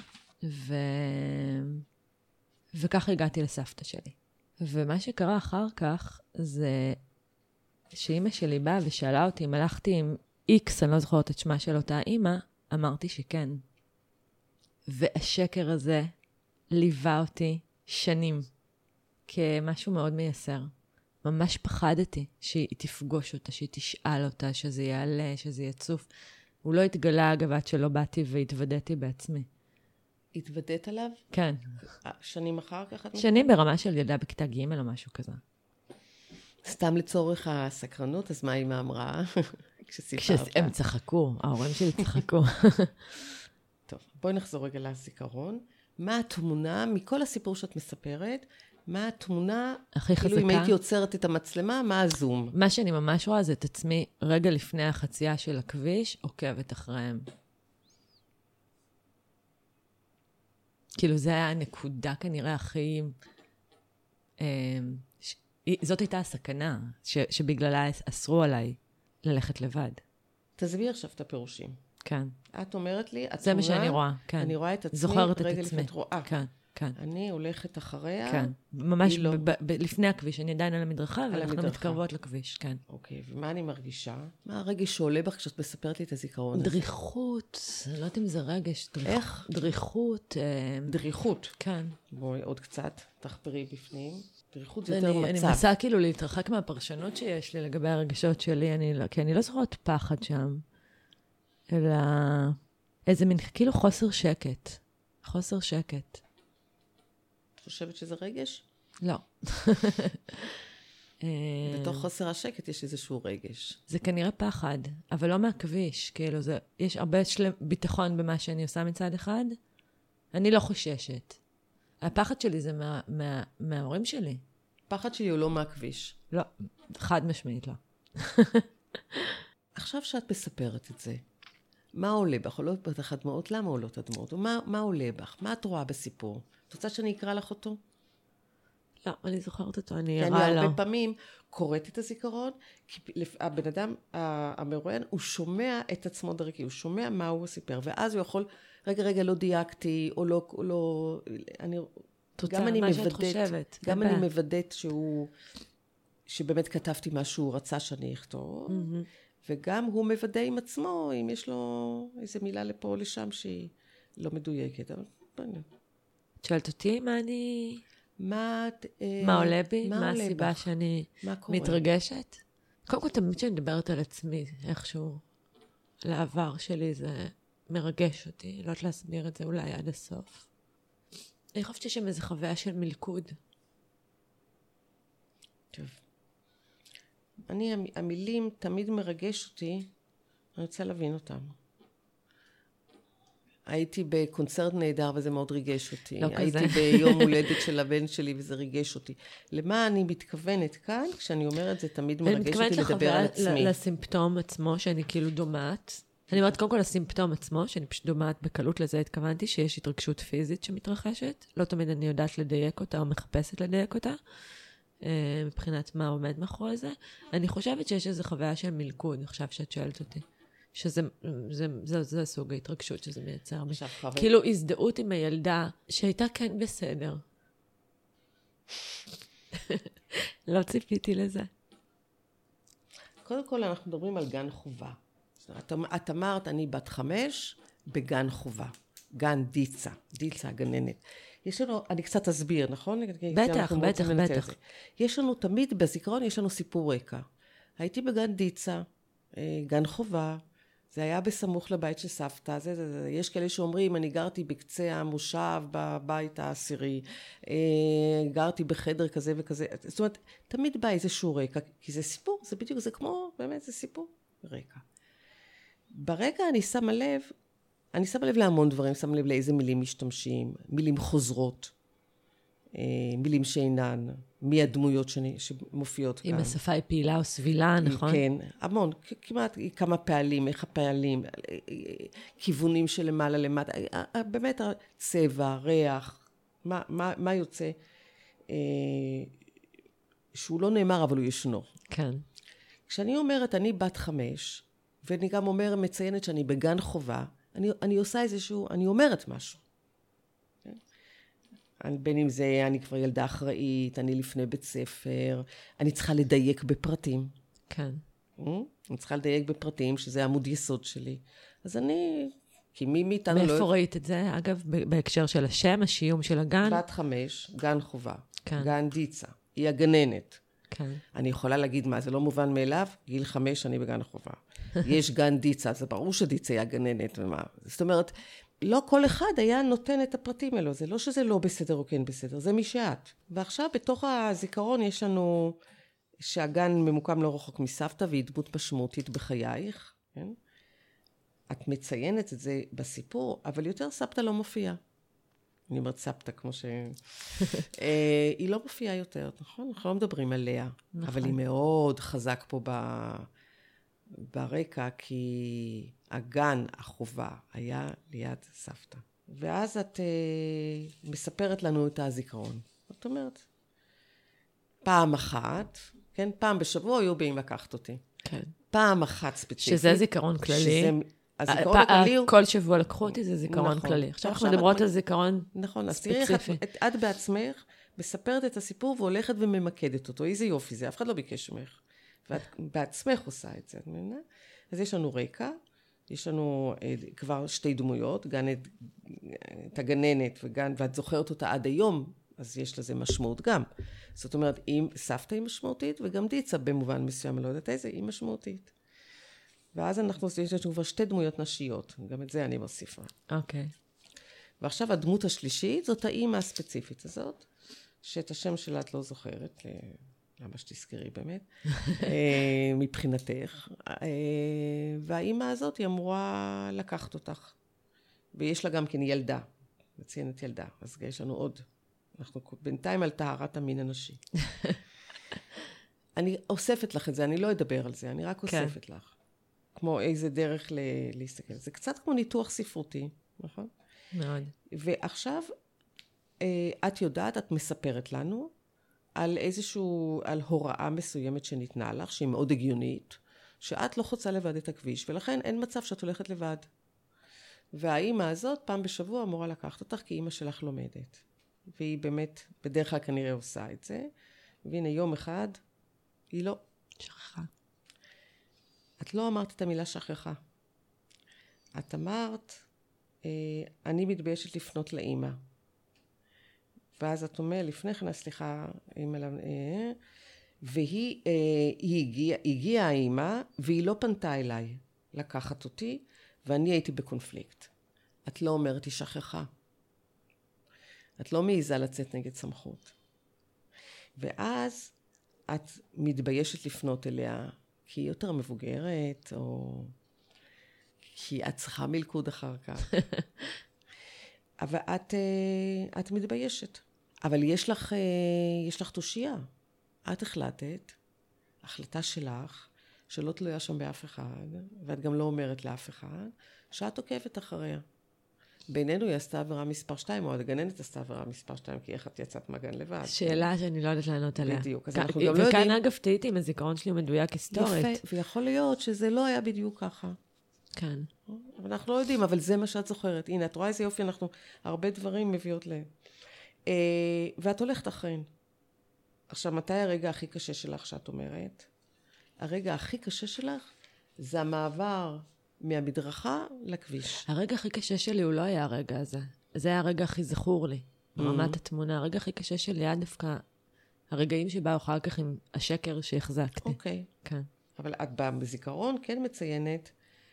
וככה הגעתי לסבתא שלי. ומה שקרה אחר כך, זה שאמא שלי באה ושאלה אותי אם הלכתי עם איקס, אני לא זוכרת את שמה של אותה אמא, אמרתי שכן. והשקר הזה ליווה אותי שנים, כמשהו מאוד מייסר. ממש פחדתי שהיא תפגוש אותה, שהיא תשאל אותה, שזה יעלה, שזה יצוף. הוא לא התגלה אגב עד שלא באתי והתוודעתי בעצמי. התוודעת עליו? כן. שנים אחר כך? שנים ברמה של ילדה בכיתה ג' או משהו כזה. סתם לצורך הסקרנות, אז מה אמא אמרה? כשהם צחקו, ההורים שלי צחקו. טוב, בואי נחזור רגע לזיכרון. מה התמונה, מכל הסיפור שאת מספרת, מה התמונה, הכי חזקה? כאילו אם הייתי עוצרת את המצלמה, מה הזום? מה שאני ממש רואה זה את עצמי רגע לפני החצייה של הכביש, עוקבת אחריהם. כאילו זה היה הנקודה כנראה הכי... זאת הייתה הסכנה, שבגללה אסרו עליי ללכת לבד. תעזבי עכשיו את הפירושים. כן. את אומרת לי, זה מה שאני רואה, כן. אני רואה את עצמי, זוכרת את רגע עצמי. לפני רואה. כן, כן. אני הולכת אחריה. כן, ממש לפני הכביש, אני עדיין על המדרכה, ואנחנו מתקרבות לכביש, כן. אוקיי, ומה אני מרגישה? מה הרגש שעולה בך כשאת מספרת לי את הזיכרון הזה? דריכות, אני לא יודעת אם זה רגש. איך? דריכות. דריכות. כן. בואי עוד קצת, תחפרי בפנים. דריכות זה יותר מצב. אני מנסה כאילו להתרחק מהפרשנות שיש לי לגבי הרגשות שלי, כי אני לא זוכרת פחד שם, אלא איזה מין כאילו חוסר שקט. חוסר שקט. את חושבת שזה רגש? לא. בתוך חוסר השקט יש איזשהו רגש. זה כנראה פחד, אבל לא מהכביש. כאילו יש הרבה ביטחון במה שאני עושה מצד אחד. אני לא חוששת. הפחד שלי זה מההורים שלי. הפחד שלי הוא לא מהכביש. לא, חד משמעית לא. עכשיו שאת מספרת את זה, מה עולה בך? עולות בך הדמעות? למה עולות הדמעות? מה עולה בך? מה את רואה בסיפור? את רוצה שאני אקרא לך אותו? לא, אני זוכרת אותו, אני אראה לו. אני הרבה פעמים קוראת את הזיכרון, כי הבן אדם, המרואיין, הוא שומע את עצמו דרכי, הוא שומע מה הוא סיפר, ואז הוא יכול, רגע, לא דייקתי, או לא, תוצאה, מה שאת חושבת. גם אני מוודאת שבאמת כתבתי מה שהוא רצה שאני אכתוב, וגם הוא מוודא עם עצמו, אם יש לו איזה מילה לפה או לשם שהיא לא מדויקת. את שואלת אותי מה אני... מה עולה בי? מה הסיבה שאני מתרגשת? קודם כל, תמיד שאני מדברת על עצמי, איכשהו, לעבר שלי זה מרגש אותי. לא יודעת להסביר את זה אולי עד הסוף. אני חושבת שיש שם איזו חוויה של מלכוד. טוב. המילים תמיד מרגש אותי, אני רוצה להבין אותם. הייתי בקונצרט נהדר וזה מאוד ריגש אותי. לא הייתי כזה. ביום הולדת של הבן שלי וזה ריגש אותי. למה אני מתכוונת כאן? כשאני אומרת זה תמיד מרגש אותי לדבר על עצמי. אני מתכוונת לסימפטום עצמו שאני כאילו דומעת. אני אומרת קודם כל לסימפטום עצמו, שאני פשוט דומעת בקלות, לזה התכוונתי, שיש התרגשות פיזית שמתרחשת. לא תמיד אני יודעת לדייק אותה או מחפשת לדייק אותה, מבחינת מה עומד מאחורי זה. אני חושבת שיש איזו חוויה של מלכוד, עכשיו שאת שואלת אותי. שזה סוג ההתרגשות שזה מייצר. כאילו הזדהות עם הילדה שהייתה כן בסדר. לא ציפיתי לזה. קודם כל אנחנו מדברים על גן חובה. את אמרת, אני בת 5 בגן חובה. גן דיצה, דיצה הגננת. יש לנו, אני קצת אסביר, נכון? בטח. יש לנו תמיד, בזיכרון יש לנו סיפור רקע. הייתי בגן דיצה, גן חובה, זה היה בסמוך לבית של סבתא, יש כאלה שאומרים, אני גרתי בקצה המושב בבית העשירי, גרתי בחדר כזה וכזה, זאת אומרת, תמיד בא איזשהו רקע, כי זה סיפור, זה בדיוק, זה כמו, באמת זה סיפור, רקע. ברקע אני שמה לב להמון דברים, שמה לב לאיזה מילים משתמשים, מילים חוזרות, מילים שאינן, מי הדמויות שמופיעות כאן. אם השפה היא פעילה או סבילה, נכון? כן, המון, כמעט כמה פעלים, איך הפעלים, כיוונים של למעלה למטה, באמת צבע, ריח, מה יוצא, שהוא לא נאמר אבל הוא ישנו. כן. כשאני אומרת אני בת 5, ואני גם מציינת שאני בגן חובה, אני עושה איזשהו, אני אומרת משהו. בין אם זה, אני כבר ילדה אחראית, אני לפני בית ספר, אני צריכה לדייק בפרטים. כן. אני צריכה לדייק בפרטים, שזה עמוד יסוד שלי. אז כי מי מאיתנו לא... מאיפה ראית את זה? אגב, בהקשר של השם, השיום של הגן? בת 5, גן חובה. כן. גן דיצה. היא הגננת. כן. אני יכולה להגיד מה, זה לא מובן מאליו, גיל 5 אני בגן החובה. יש גן דיצה, זה ברור שדיצה היא הגננת ומה. זאת אומרת, לא כל אחד היה נותן את הפרטים האלו, זה לא שזה לא בסדר או כן בסדר, זה מי שאת. ועכשיו בתוך הזיכרון יש לנו שהגן ממוקם לא רחוק מסבתא והיא דמות משמעותית בחייך, כן? את מציינת את זה בסיפור, אבל יותר סבתא לא מופיעה. אני אומרת סבתא כמו ש... היא לא מופיעה יותר, נכון? אנחנו לא מדברים עליה, נכון. אבל היא מאוד חזק פה ברקע, כי הגן, החובה, היה ליד סבתא. ואז את מספרת לנו את הזיכרון. זאת אומרת, פעם אחת, כן? פעם בשבוע היו באים לקחת אותי. כן. פעם אחת ספציפית. שזה זיכרון כללי. הזיכרון הכללי הוא... כל שבוע לקחו אותי, זה זיכרון כללי. עכשיו אנחנו מדברות על זיכרון ספציפי. נכון, אז תראי איך את בעצמך מספרת את הסיפור והולכת וממקדת אותו. איזה יופי זה, אף אחד לא ביקש ממך. ואת בעצמך עושה את זה, מבינה? אז יש לנו רקע, יש לנו כבר 2 דמויות, את הגננת ואת זוכרת אותה עד היום, אז יש לזה משמעות גם. זאת אומרת, אם סבתא היא משמעותית, וגם דיצה במובן מסוים, אני לא יודעת איזה, היא משמעותית. ואז יש לנו כבר 2 דמויות נשיות, גם את זה אני מוסיפה. אוקיי. ועכשיו הדמות השלישית, זאת האימא הספציפית הזאת, שאת השם שלה את לא זוכרת, למה שתזכרי באמת, מבחינתך. והאימא הזאת היא אמורה לקחת אותך. ויש לה גם כן ילדה, מציינת ילדה. אז יש לנו עוד. אנחנו בינתיים על טהרת המין הנשי. אני אוספת לך את זה, אני לא אדבר על זה, אני רק אוספת לך. כמו איזה דרך להסתכל. זה קצת כמו ניתוח ספרותי, נכון? מאוד. ועכשיו, את יודעת, את מספרת לנו, על הוראה מסוימת שניתנה לך, שהיא מאוד הגיונית, שאת לא חוצה לבד את הכביש, ולכן אין מצב שאת הולכת לבד. והאימא הזאת פעם בשבוע אמורה לקחת אותך, כי אימא שלך לומדת. והיא באמת, בדרך כלל כנראה עושה את זה, והנה יום אחד, היא לא. שכחה. את לא אמרת את המילה שכחה. את אמרת, אני מתביישת לפנות לאימא. ואז את אומרת, לפני כן, סליחה, והיא הגיעה האימא, והיא לא פנתה אליי לקחת אותי, ואני הייתי בקונפליקט. את לא אומרת, היא שכחה. את לא מעיזה לצאת נגד סמכות. ואז את מתביישת לפנות אליה, כי היא יותר מבוגרת, או כי את צריכה מלכוד אחר כך. אבל את מתביישת. אבל יש לך תושייה. את החלטת, החלטה שלך, שלא תלויה שם באף אחד, ואת גם לא אומרת לאף אחד, שאת עוקבת אחריה. בינינו היא עשתה עבירה מספר 2, או הגננת עשתה עבירה מספר 2, כי איך את יצאת מגן לבד. שאלה שאני לא יודעת לענות עליה. בדיוק, אז אנחנו גם לא יודעים. וכאן אגב תהיתי עם הזיכרון שלי מדויק היסטורית. יפה, ויכול להיות שזה לא היה בדיוק ככה. כן. אבל אנחנו לא יודעים, אבל זה מה שאת זוכרת. הנה, את רואה איזה יופי, אנחנו הרבה דברים מביאות להם. ואת הולכת אחריהן. עכשיו, מתי הרגע הכי קשה שלך שאת אומרת? הרגע הכי קשה שלך זה המעבר מהמדרכה לכביש. הרגע הכי קשה שלי הוא לא היה הרגע הזה. זה היה הרגע הכי זכור לי. ברמת התמונה. הרגע הכי קשה שלי היה דווקא הרגעים שבאו אחר כך עם השקר שהחזקתי. אוקיי. כן. אבל את בזיכרון כן מציינת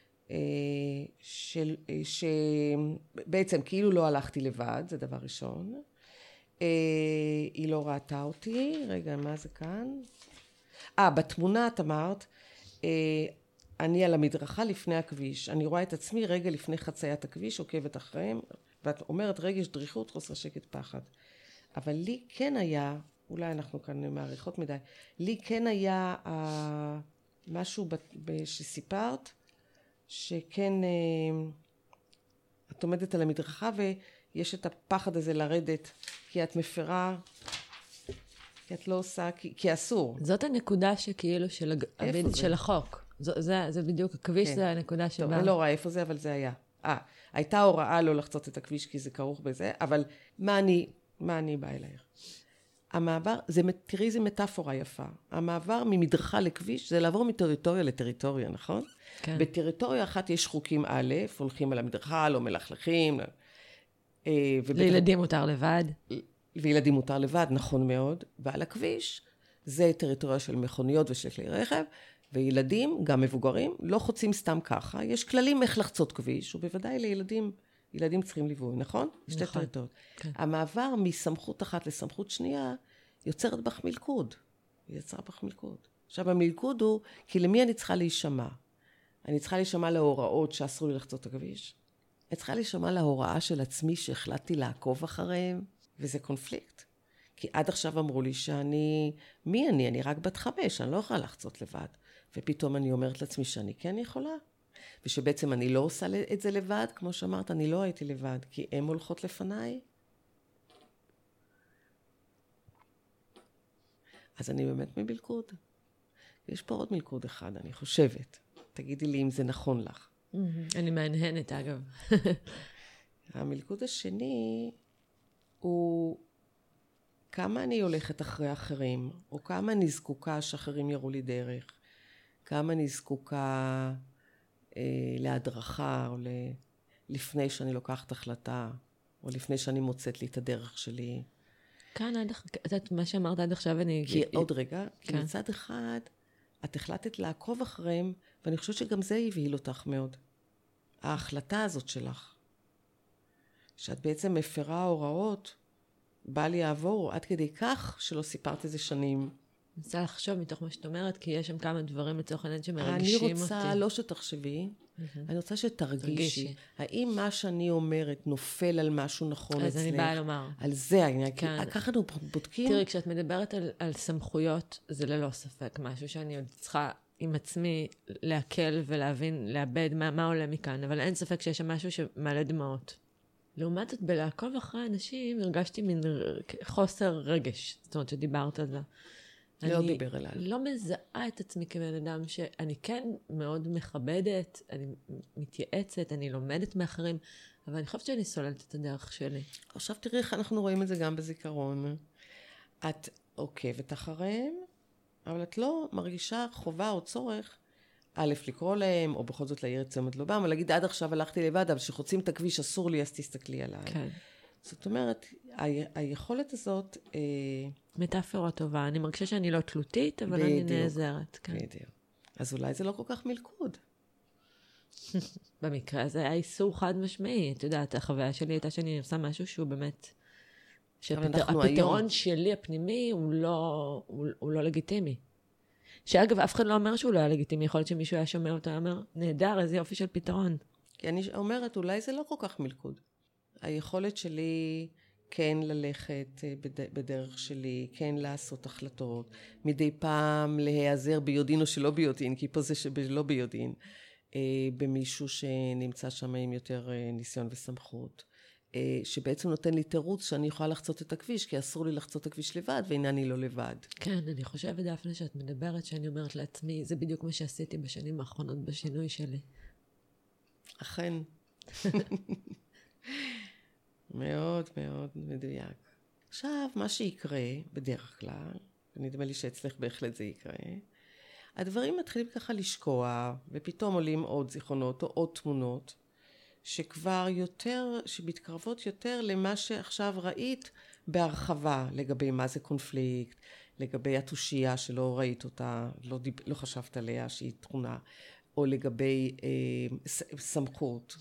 שבעצם כאילו לא הלכתי לבד, זה דבר ראשון. היא לא ראתה אותי. רגע, מה זה כאן? בתמונה את אמרת, אני על המדרכה לפני הכביש. אני רואה את עצמי רגע לפני חציית הכביש, עוקבת אחריהם, ואת אומרת רגש, דריכות, חוסר שקט, פחד. אבל לי כן היה, אולי אנחנו כאן מעריכות מדי, לי כן היה משהו שסיפרת, שכן את עומדת על המדרכה ויש את הפחד הזה לרדת, כי את מפרה, כי את לא עושה, כי אסור. זאת הנקודה שכאילו של החוק. זה בדיוק, הכביש זה הנקודה שבה. טוב, אני לא רואה איפה זה, אבל זה היה. הייתה הוראה לא לחצות את הכביש, כי זה כרוך בזה, אבל מה אני באה אלייך? המעבר, תראי איזה מטאפורה יפה. המעבר ממדרכה לכביש, זה לעבור מטריטוריה לטריטוריה, נכון? כן. בטריטוריה אחת יש חוקים א', הולכים על המדרכה, לא מלכלכים. לילדים מותר לבד. וילדים מותר לבד, נכון מאוד. ועל הכביש, זה טריטוריה של מכוניות ושל כלי רכב, וילדים, גם מבוגרים, לא חוצים סתם ככה. יש כללים איך לחצות כביש, ובוודאי ילדים צריכים ליווי, נכון? שתי טריטוריות. כן. המעבר מסמכות אחת לסמכות שנייה, יוצרת בך מלכוד. היא יצרה בך מלכוד. עכשיו, המלכוד הוא, כי למי אני צריכה להישמע? אני צריכה להישמע להוראות שאסור לי לחצות את הכביש. אני צריכה להישמע להוראה של עצמי שהחלטתי לעקוב אחריהם, וזה קונפליקט. כי עד עכשיו אמרו לי מי אני? אני רק בת 5, אני לא יכולה לחצות לבד. ופתאום אני אומרת לעצמי שאני כן יכולה. ושבעצם אני לא עושה את זה לבד, כמו שאמרת, אני לא הייתי לבד, כי הן הולכות לפניי. אז אני באמת ממלכוד. יש פה עוד מלכוד אחד, אני חושבת. תגידי לי אם זה נכון לך. אני מעניינת, אגב. המלכוד השני הוא כמה אני הולכת אחרי אחרים, או כמה אני זקוקה שאחרים יראו לי דרך, כמה אני זקוקה להדרכה, או לפני שאני לוקחת החלטה, או לפני שאני מוצאת לי את הדרך שלי. כאן, מה שאמרת עד עכשיו, כי עוד רגע, כי מצד אחד, את החלטת לעקוב אחריהם, ואני חושבת שגם זה הבהיל אותך מאוד. ההחלטה הזאת שלך, שאת בעצם מפרה הוראות, בא לי לעבור עד כדי כך שלא סיפרת איזה שנים. אני רוצה לחשוב מתוך מה שאת אומרת, כי יש שם כמה דברים לצורך העניין שמרגשים אותי. אני רוצה לא שתחשבי, אני רוצה שתרגישי. האם מה שאני אומרת נופל על משהו נכון אצלך? אז אני באה לומר. על זה העניין. ככה אנחנו בודקים. תראי, כשאת מדברת על סמכויות, זה ללא ספק משהו שאני עוד צריכה עם עצמי להקל ולהבין, לאבד מה עולה מכאן, אבל אין ספק שיש שם משהו שמעלה דמעות. לעומת זאת, בלעקוב אחרי אנשים, הרגשתי מין חוסר רגש. זאת אומרת, שדיברת על זה. לא דיבר אליי. אני לא מזהה את עצמי כבן אדם שאני כן מאוד מכבדת, אני מתייעצת, אני לומדת מאחרים, אבל אני חושבת שאני סוללת את הדרך שלי. עכשיו תראי איך אנחנו רואים את זה גם בזיכרון. את עוקבת אחריהם, אבל את לא מרגישה חובה או צורך, א', לקרוא להם, או בכל זאת להעיר את תשומת ליבם, אבל להגיד עד עכשיו הלכתי לבד, אבל שחוצים את הכביש אסור לי, אז תסתכלי עליי. כן. זאת אומרת, היכולת הזאת... מטאפורה טובה. אני מרגישה שאני לא תלותית, אבל אני נעזרת. כן. בדיוק. אז אולי זה לא כל כך מלכוד. במקרה הזה היה איסור חד משמעי. את יודעת, החוויה שלי הייתה שאני עושה משהו שהוא באמת שהפתרון שלי הפנימי הוא לא לגיטימי. שאגב, אף אחד לא אומר שהוא לא היה לגיטימי, יכול להיות שמישהו היה שומע אותו, אומר, נהדר, איזה יופי של פתרון. כי אני אומרת, אולי זה לא כל כך מלכוד. היכולת שלי כן ללכת בדרך שלי, כן לעשות החלטות, מדי פעם להיעזר ביודעין או שלא ביודעין, כי פה זה שלא ביודעין, במישהו שנמצא שם עם יותר ניסיון וסמכות, שבעצם נותן לי תירוץ שאני יכולה לחצות את הכביש, כי אסור לי לחצות את הכביש לבד, והנה אני לא לבד. כן, אני חושבת דפנה שאת מדברת, שאני אומרת לעצמי, זה בדיוק מה שעשיתי בשנים האחרונות בשינוי שלי. אכן. מאוד מאוד מדויק. עכשיו, מה שיקרה בדרך כלל, ונדמה לי שאצלך בהחלט זה יקרה, הדברים מתחילים ככה לשקוע, ופתאום עולים עוד זיכרונות או עוד תמונות, שכבר יותר, שמתקרבות יותר למה שעכשיו ראית בהרחבה, לגבי מה זה קונפליקט, לגבי התושייה שלא ראית אותה, לא חשבת עליה שהיא תכונה, או לגבי סמכות,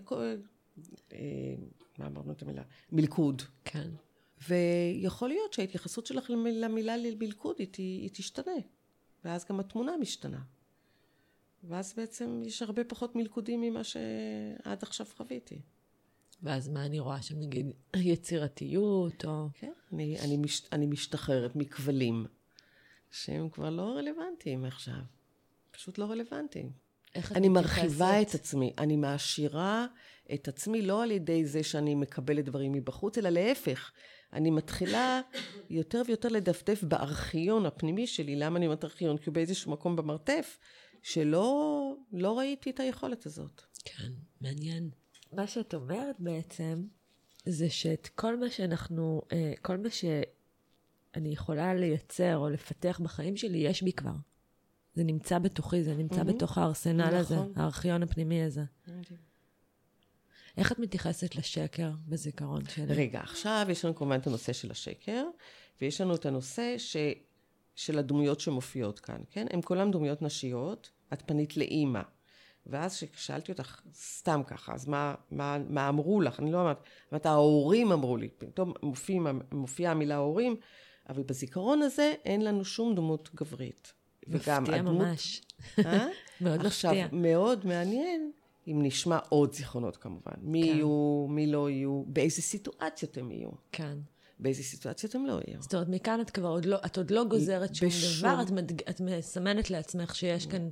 מה אמרנו את המילה? מלכוד. כן. ויכול להיות שההתייחסות שלך למילה מלכוד היא תשתנה, ואז גם התמונה משתנה. ואז בעצם יש הרבה פחות מלכודים ממה שעד עכשיו חוויתי. ואז מה אני רואה שם, נגיד, יצירתיות או... כן, אני משתחררת מכבלים, שהם כבר לא רלוונטיים עכשיו. פשוט לא רלוונטיים. אני מרחיבה את עצמי, אני מעשירה את עצמי לא על ידי זה שאני מקבלת דברים מבחוץ, אלא להפך. אני מתחילה יותר ויותר לדפדף בארכיון הפנימי שלי. למה אני אומרת ארכיון? כי באיזשהו מקום במרתף, שלא ראיתי את היכולת הזאת. כן, מעניין. מה שאת אומרת בעצם, זה שאת כל מה שאנחנו, כל מה שאני יכולה לייצר או לפתח בחיים שלי, יש בי כבר. זה נמצא בתוכי, זה נמצא בתוך הארסנל הזה, הארכיון הפנימי הזה. איך את מתייחסת לשקר בזיכרון שלי? רגע, עכשיו יש לנו כמובן את הנושא של השקר, ויש לנו את הנושא של הדמויות שמופיעות כאן, כן? הן כולן דמויות נשיות, את פנית לאמא. ואז כששאלתי אותך סתם ככה, אז מה אמרו לך? אני לא אמרת, ההורים אמרו לי, פתאום מופיעה המילה ההורים, אבל בזיכרון הזה אין לנו שום דמות גברית. מפתיע ממש. מאוד מפתיע. עכשיו, מאוד מעניין אם נשמע עוד זיכרונות כמובן. מי יהיו, מי לא יהיו, באיזה סיטואציות הם יהיו. כן. באיזה סיטואציות הם לא יהיו. זאת אומרת, מכאן את כבר עוד לא גוזרת שום דבר, את מסמנת לעצמך שיש כאן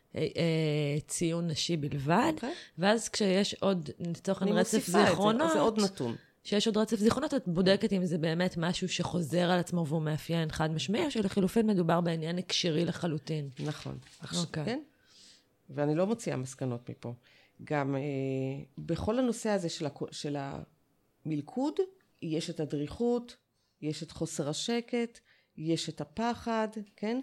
ציון נשי בלבד, ואז כשיש עוד, לצורך רצף זיכרונות, זה עוד נתון. שיש עוד רצף זיכרונות, את בודקת אם זה באמת משהו שחוזר על עצמו והוא מאפיין חד משמעי, או שלחילופין מדובר בעניין הקשרי לחלוטין. נכון. כן? ואני לא מוציאה מסקנות מפה. גם בכל הנושא הזה של המלכוד, יש את הדריכות, יש את חוסר השקט, יש את הפחד, כן?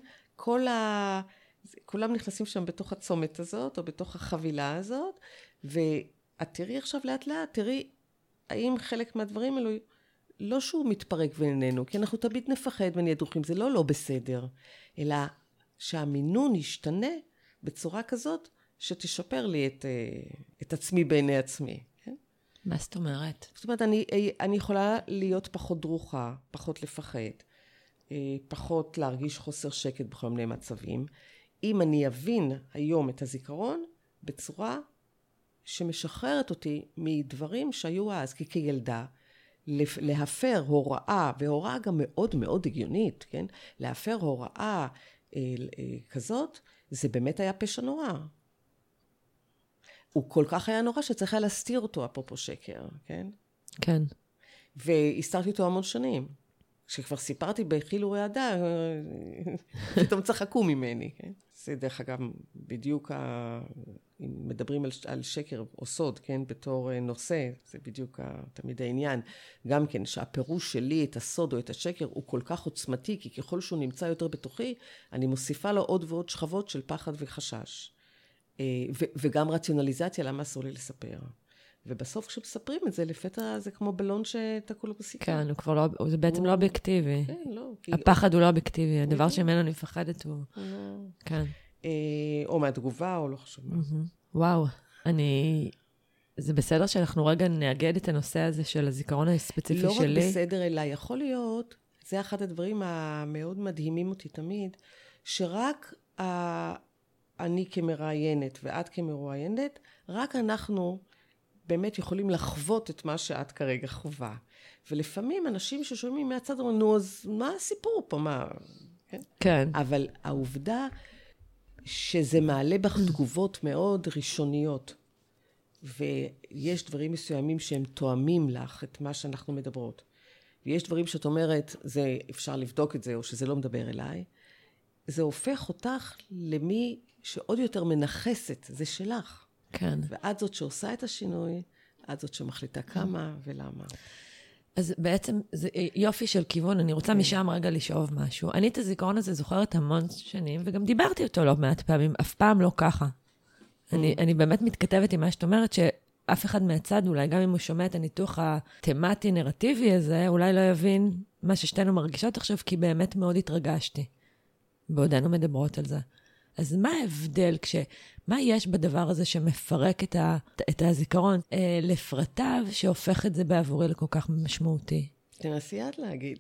כולם נכנסים שם בתוך הצומת הזאת, או בתוך החבילה הזאת, ואת תראי עכשיו לאט לאט, תראי האם חלק מהדברים האלו, לא שהוא מתפרק ואיננו, כי אנחנו תמיד נפחד ונהיה דרוכים, זה לא בסדר, אלא שהמינון ישתנה בצורה כזאת, שתשפר לי את עצמי בעיני עצמי. כן? מה זאת אומרת? זאת אומרת, אני יכולה להיות פחות דרוכה, פחות לפחד, פחות להרגיש חוסר שקט בכל מיני מצבים, אם אני אבין היום את הזיכרון בצורה שמשחררת אותי מדברים שהיו אז, כי כילדה, להפר הוראה, והוראה גם מאוד מאוד הגיונית, כן? להפר הוראה כזאת, זה באמת היה פשע נורא. הוא כל כך היה נורא שצריך היה להסתיר אותו, אפרופו שקר, כן? כן. והסתרתי אותו המון שנים. כשכבר סיפרתי בחיל ורעדה, פתאום צחקו ממני, כן? זה דרך אגב, בדיוק, אם מדברים על שקר או סוד, כן? בתור נושא, זה בדיוק תמיד העניין. גם כן, שהפירוש שלי את הסוד או את השקר הוא כל כך עוצמתי, כי ככל שהוא נמצא יותר בתוכי, אני מוסיפה לו עוד ועוד שכבות של פחד וחשש. וגם רציונליזציה, למה אסור לי לספר. ובסוף כשמספרים את זה, לפתע זה כמו בלון שתקעו לו בסיכה. כן, הוא כבר לא, זה בעצם לא אובייקטיבי. כן, לא. הפחד הוא לא אובייקטיבי, הדבר שממנו אני מפחדת הוא... כן. או מהתגובה, או לא חשוב מה. וואו, אני זה בסדר שאנחנו רגע נאגד את הנושא הזה של הזיכרון הספציפי לא שלי? לא רק בסדר, אלא יכול להיות, זה אחד הדברים המאוד מדהימים אותי תמיד, שרק אני כמראיינת ואת כמרואיינת, רק אנחנו באמת יכולים לחוות את מה שאת כרגע חובה. ולפעמים אנשים ששומעים מהצד אומרים, נו, אז מה הסיפור פה? מה? כן? כן. אבל העובדה שזה מעלה בך תגובות מאוד ראשוניות, ויש דברים מסוימים שהם תואמים לך את מה שאנחנו מדברות. ויש דברים שאת אומרת, זה, אפשר לבדוק את זה, או שזה לא מדבר אליי. זה הופך אותך למי שעוד יותר מנחסת, זה שלך. כן. ואת זאת שעושה את השינוי, את זאת שמחליטה כמה ולמה. אז בעצם זה יופי של כיוון, אני רוצה משם רגע לשאוב משהו. אני את הזיכרון הזה זוכרת המון שנים, וגם דיברתי אותו לא מעט פעמים, אף פעם לא ככה. אני באמת מתכתבת עם מה שאת אומרת, שאף אחד מהצד, אולי גם אם הוא שומע את הניתוח התמטי, נרטיבי הזה, אולי לא יבין מה ששתינו מרגישות עכשיו, כי באמת מאוד התרגשתי. בעודנו מדברות על זה. אז מה ההבדל מה יש בדבר הזה שמפרק את הזיכרון לפרטיו, שהופך את זה בעבורי לכל כך משמעותי? תנסי את להגיד.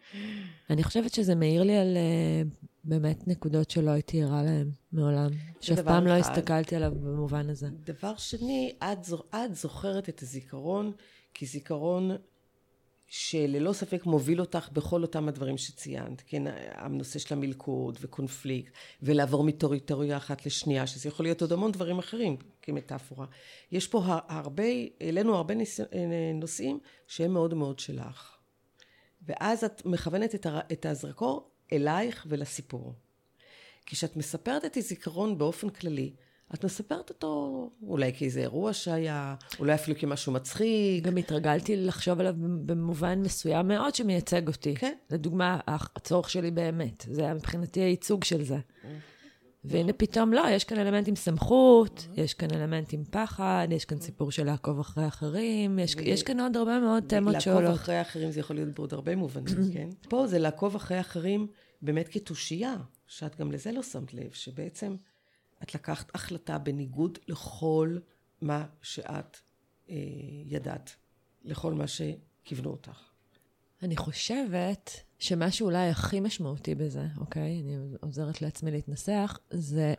אני חושבת שזה מעיר לי על באמת נקודות שלא הייתי ערה להן מעולם. שאף פעם לא הסתכלתי עליו במובן הזה. דבר שני, את זוכרת את הזיכרון כזיכרון שללא ספק מוביל אותך בכל אותם הדברים שציינת. כן, הנושא של המלכוד וקונפליקט, ולעבור מטריטוריה אחת לשנייה, שזה יכול להיות עוד המון דברים אחרים כמטאפורה. יש פה אלינו הרבה נושאים שהם מאוד מאוד שלך. ואז את מכוונת את הזרקור אלייך ולסיפור. כשאת מספרת את הזיכרון באופן כללי, את מספרת אותו אולי כאיזה אירוע שהיה, אולי אפילו כמשהו מצחיק. גם התרגלתי לחשוב עליו במובן מסוים מאוד שמייצג אותי. כן. לדוגמה, הצורך שלי באמת. זה היה מבחינתי הייצוג של זה. והנה פתאום לא, יש כאן אלמנט עם סמכות, יש כאן אלמנט עם פחד, יש כאן סיפור של לעקוב אחרי אחרים, יש כאן עוד הרבה מאוד תמות שעולות. לעקוב אחרי אחרים זה יכול להיות בעוד הרבה מובנים, כן? פה זה לעקוב אחרי אחרים באמת כתושייה, שאת גם לזה לא שמת לב, שבעצם את לקחת החלטה בניגוד לכל מה שאת ידעת, לכל מה שכיוונו אותך. אני חושבת שמה שאולי הכי משמעותי בזה, אוקיי? אני עוזרת לעצמי להתנסח, זה,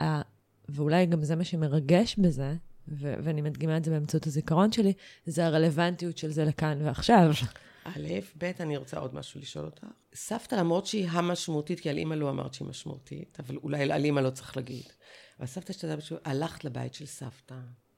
ואולי גם זה מה שמרגש בזה, ואני מדגימה את זה באמצעות הזיכרון שלי, זה הרלוונטיות של זה לכאן ועכשיו. א', ב', אני רוצה עוד משהו לשאול אותך. סבתא, למרות שהיא המשמעותית, כי על אמא לא אמרת שהיא משמעותית, אבל אולי על אמא לא צריך להגיד. אבל סבתא שתדע בשביל, הלכת לבית של סבתא.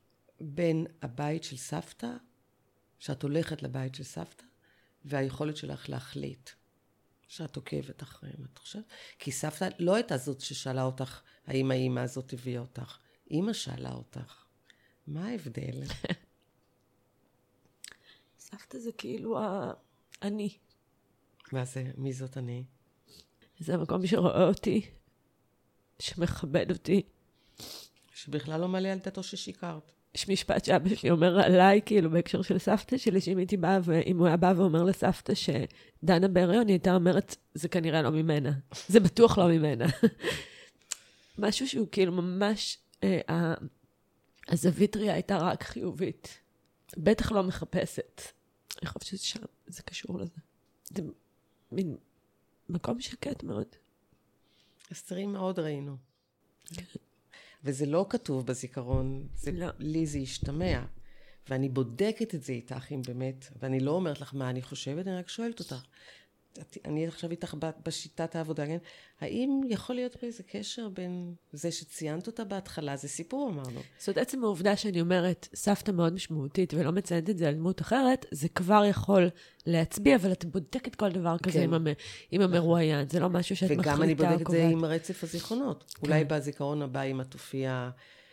בין הבית של סבתא, שאת הולכת לבית של סבתא, והיכולת שלך להחליט שאת עוקבת אחריהם, את חושבת? כי סבתא לא הייתה זאת ששאלה אותך, האם האמא הזאת הביאה אותך. אמא שאלה אותך. מה ההבדל? סבתא זה כאילו אני. מה זה? מי זאת אני? זה המקום שרואה אותי, שמכבד אותי. שבכלל לא מלא על דעתו ששיקרת. יש משפט שאבא שלי אומר עליי, כאילו בהקשר של סבתא שלי, שאם הייתי באה, ואם הוא היה בא ואומר לסבתא שדנה בהריון, היא הייתה אומרת, זה כנראה לא ממנה. זה בטוח לא ממנה. משהו שהוא כאילו ממש, הזווית ראייה הייתה רק חיובית. בטח לא מחפשת. אני חושבת שזה שם, זה קשור לזה. זה מין מקום שקט מאוד. הסתרים מאוד ראינו. וזה לא כתוב בזיכרון, לא. לי זה השתמע. ואני בודקת את זה איתך, אם באמת, ואני לא אומרת לך מה אני חושבת, אני רק שואלת אותך. אני עכשיו איתך בשיטת העבודה, כן? האם יכול להיות פה איזה קשר בין זה שציינת אותה בהתחלה? זה סיפור, אמרנו. זאת עצם העובדה שאני אומרת, סבתא מאוד משמעותית, ולא מציינת את זה על דמות אחרת, זה כבר יכול להצביע, אבל את בודקת כל דבר כזה עם המרואיין. זה לא משהו שאת מחליטה או קובעת. וגם אני בודקת את זה עם רצף הזיכרונות. אולי בזיכרון הבא, אם את תופיע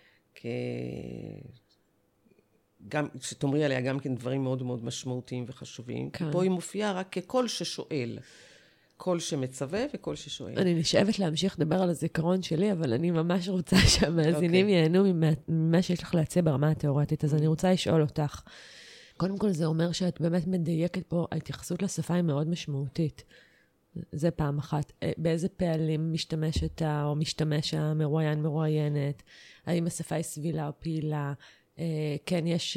גם, שתאמרי עליה גם כן דברים מאוד מאוד משמעותיים וחשובים. כן. פה היא מופיעה רק כקול ששואל. קול שמצווה וקול ששואל. אני נשאבת להמשיך לדבר על הזיכרון שלי, אבל אני ממש רוצה שהמאזינים ייהנו ממה שיש לך להציע ברמה התיאורטית. אז אני רוצה לשאול אותך. קודם כל זה אומר שאת באמת מדייקת פה, ההתייחסות לשפה היא מאוד משמעותית. זה פעם אחת. באיזה פעלים משתמשת או משתמש המרואיין מרואיינת? האם השפה היא סבילה או פעילה? כן, יש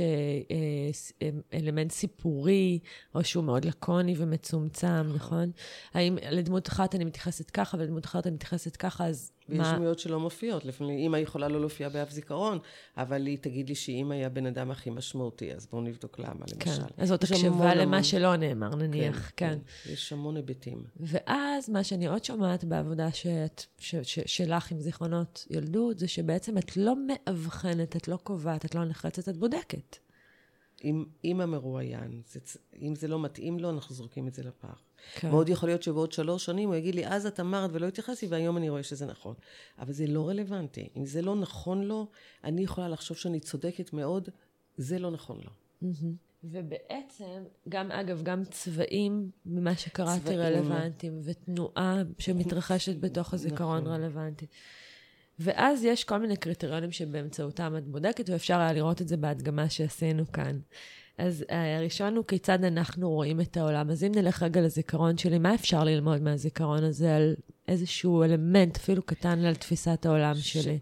אלמנט סיפורי, או שהוא מאוד לקוני ומצומצם, נכון? האם לדמות אחת אני מתייחסת ככה, ולדמות אחת אני מתייחסת ככה, אז ויש דמויות שלא מופיעות. לפעמים אמא יכולה לא להופיע באף זיכרון, אבל היא תגיד לי שאמא היה בן אדם הכי משמעותי, אז בואו נבדוק למה, למשל. כן, אז זאת הקשבה למה שלא נאמר, נניח, כן. יש המון היבטים. ואז מה שאני עוד שומעת בעבודה שלך עם זיכרונות ילדות, זה שבעצם את לא מאבחנת, את לא קובעת, את לא נחרצת, את בודקת. עם המרואיין, אם זה לא מתאים לו, אנחנו זורקים את זה לפח. כן. מאוד יכול להיות שבעוד 3 שנים הוא יגיד לי, אז את אמרת ולא התייחסתי, והיום אני רואה שזה נכון. אבל זה לא רלוונטי. אם זה לא נכון לו, אני יכולה לחשוב שאני צודקת מאוד, זה לא נכון לו. ובעצם, אגב, גם צבעים ממה שקראתי רלוונטיים, ותנועה שמתרחשת בתוך הזיכרון רלוונטי. ואז יש כל מיני קריטריונים שבאמצעותם את בודקת, ואפשר היה לראות את זה בהדגמה שעשינו כאן. אז הראשון הוא כיצד אנחנו רואים את העולם. אז אם נלך רגע לזיכרון שלי, מה אפשר ללמוד מהזיכרון הזה על איזשהו אלמנט, אפילו קטן על תפיסת העולם שלי?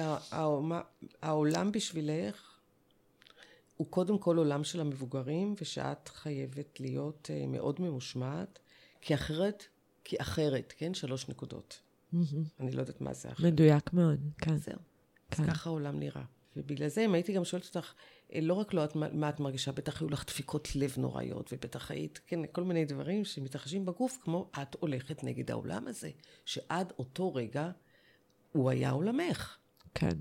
שהעולם בשבילך הוא קודם כל עולם של המבוגרים, ושאת חייבת להיות מאוד ממושמעת, כי אחרת, כן? 3 נקודות. אני לא יודעת מה זה אחרת. מדויק מאוד, כן. זהו. אז ככה העולם נראה. ובגלל זה, אם הייתי גם שואלת אותך, לא רק לא מה את מרגישה, בטח היו לך דפיקות לב נוראיות, ובטח היית, כן, כל מיני דברים שמתרחשים בגוף, כמו את הולכת נגד העולם הזה, שעד אותו רגע הוא היה עולמך. כן.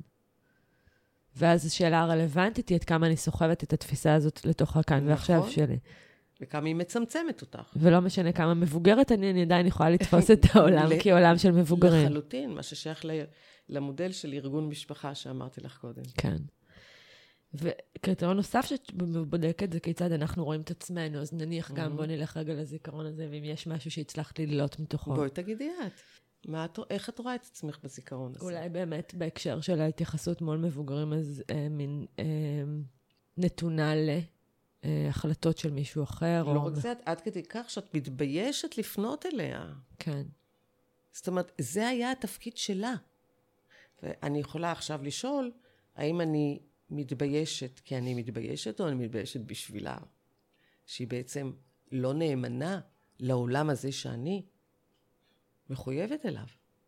ואז השאלה הרלוונטית היא עד כמה אני סוחבת את התפיסה הזאת לתוך הכאן ועכשיו שלי. וכמה היא מצמצמת אותך. ולא משנה כמה מבוגרת אני עדיין יכולה לתפוס את העולם כעולם של מבוגרים. לחלוטין, מה ששייך למודל של ארגון משפחה שאמרתי לך קודם. כן. וקריטריון נוסף שבודקת זה כיצד אנחנו רואים את עצמנו, אז נניח גם בוא נלך רגע לזיכרון הזה, ואם יש משהו שהצלחת ללאות מתוכו. בואי תגידי את. איך את רואה את עצמך בזיכרון הזה? אולי באמת בהקשר של ההתייחסות מול מבוגרים, אז מין נתונה להחלטות של מישהו אחר. לא רק זה, עד כדי כך שאת מתביישת לפנות אליה. כן. זאת אומרת, זה היה התפקיד שלה. ואני יכולה עכשיו לשאול, האם אני מתביישת כי אני מתביישת, או אני מתביישת בשבילה? שהיא בעצם לא נאמנה לעולם הזה שאני מחויבת אליו.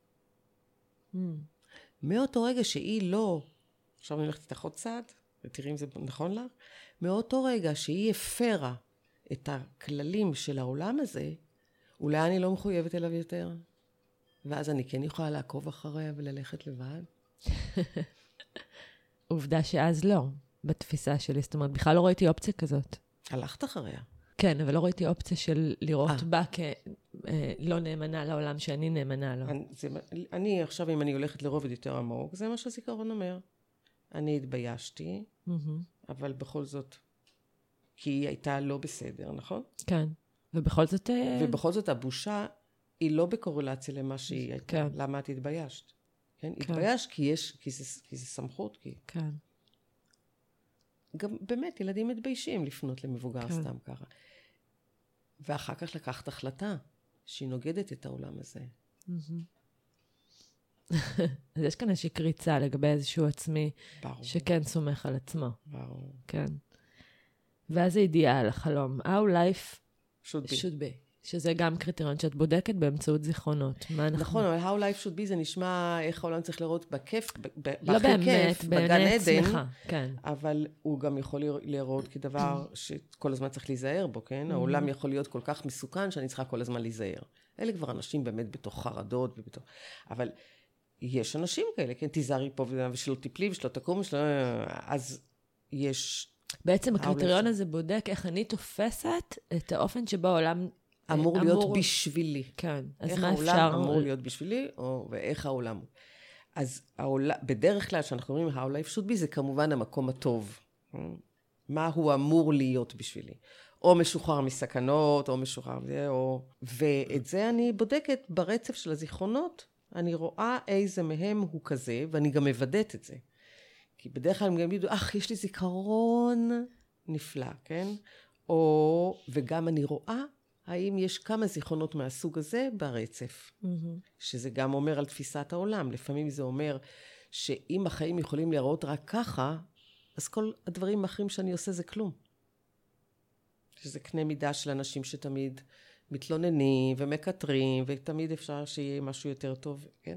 מאותו רגע שהיא לא, עכשיו אני הולכת איתך עוד צעד, ותראי אם זה נכון לך, מאותו רגע שהיא הפרה את הכללים של העולם הזה, אולי אני לא מחויבת אליו יותר. ואז אני כן יכולה לעקוב אחריה וללכת לבד. עובדה שאז לא, בתפיסה שלי. זאת אומרת, בכלל לא ראיתי אופציה כזאת. הלכת אחריה. כן, אבל לא ראיתי אופציה של לראות בה כלא נאמנה לעולם שאני נאמנה לו. אני עכשיו, אם אני הולכת לרובד יותר עמוק, זה מה שהזיכרון אומר. אני התביישתי, אבל בכל זאת, כי היא הייתה לא בסדר, נכון? כן, ובכל זאת... ובכל זאת הבושה היא לא בקורלציה למה שהיא הייתה. כן. למה את התביישת? כן? כן. התביישת כי זה סמכות, כי... כן. גם באמת, ילדים מתביישים לפנות למבוגר כן. סתם ככה. ואחר כך לקחת החלטה שהיא נוגדת את העולם הזה. אז יש כאן איזושהי קריצה לגבי איזשהו עצמי, ברור. שכן סומך על עצמו. ברור. כן. ואז האידיאל, החלום, how life should be. שזה גם קריטריון שאת בודקת באמצעות זיכרונות. נכון, אבל how life should be זה נשמע איך העולם צריך לראות בכיף, לא באמת, באמת שמחה, כן. אבל הוא גם יכול לראות כדבר שכל הזמן צריך להיזהר בו, כן? העולם יכול להיות כל כך מסוכן שאני צריכה כל הזמן להיזהר. אלה כבר אנשים באמת בתוך חרדות ובתוך... אבל יש אנשים כאלה, כן? תיזהרי פה ושלא תיפלי ושלא תקום ושלא... אז יש... בעצם הקריטריון הזה בודק איך אני תופסת את האופן שבו העולם... אמור להיות בשבילי. כן. אז מה אפשר... איך העולם אמור להיות בשבילי, ואיך העולם... אז בדרך כלל, שאנחנו אומרים, how life should be, זה כמובן המקום הטוב. מה הוא אמור להיות בשבילי. או משוחרר מסכנות, או משוחרר... ואת זה אני בודקת ברצף של הזיכרונות. אני רואה איזה מהם הוא כזה, ואני גם מבדאת את זה. כי בדרך כלל הם גם ידעו, יש לי זיכרון נפלא, כן? וגם אני רואה, האם יש כמה זיכרונות מהסוג הזה ברצף. שזה גם אומר על תפיסת העולם. לפעמים זה אומר שאם החיים יכולים להיראות רק ככה, אז כל הדברים האחרים שאני עושה זה כלום. שזה קנה מידה של אנשים שתמיד מתלוננים ומקטרים, ותמיד אפשר שיהיה משהו יותר טוב, כן?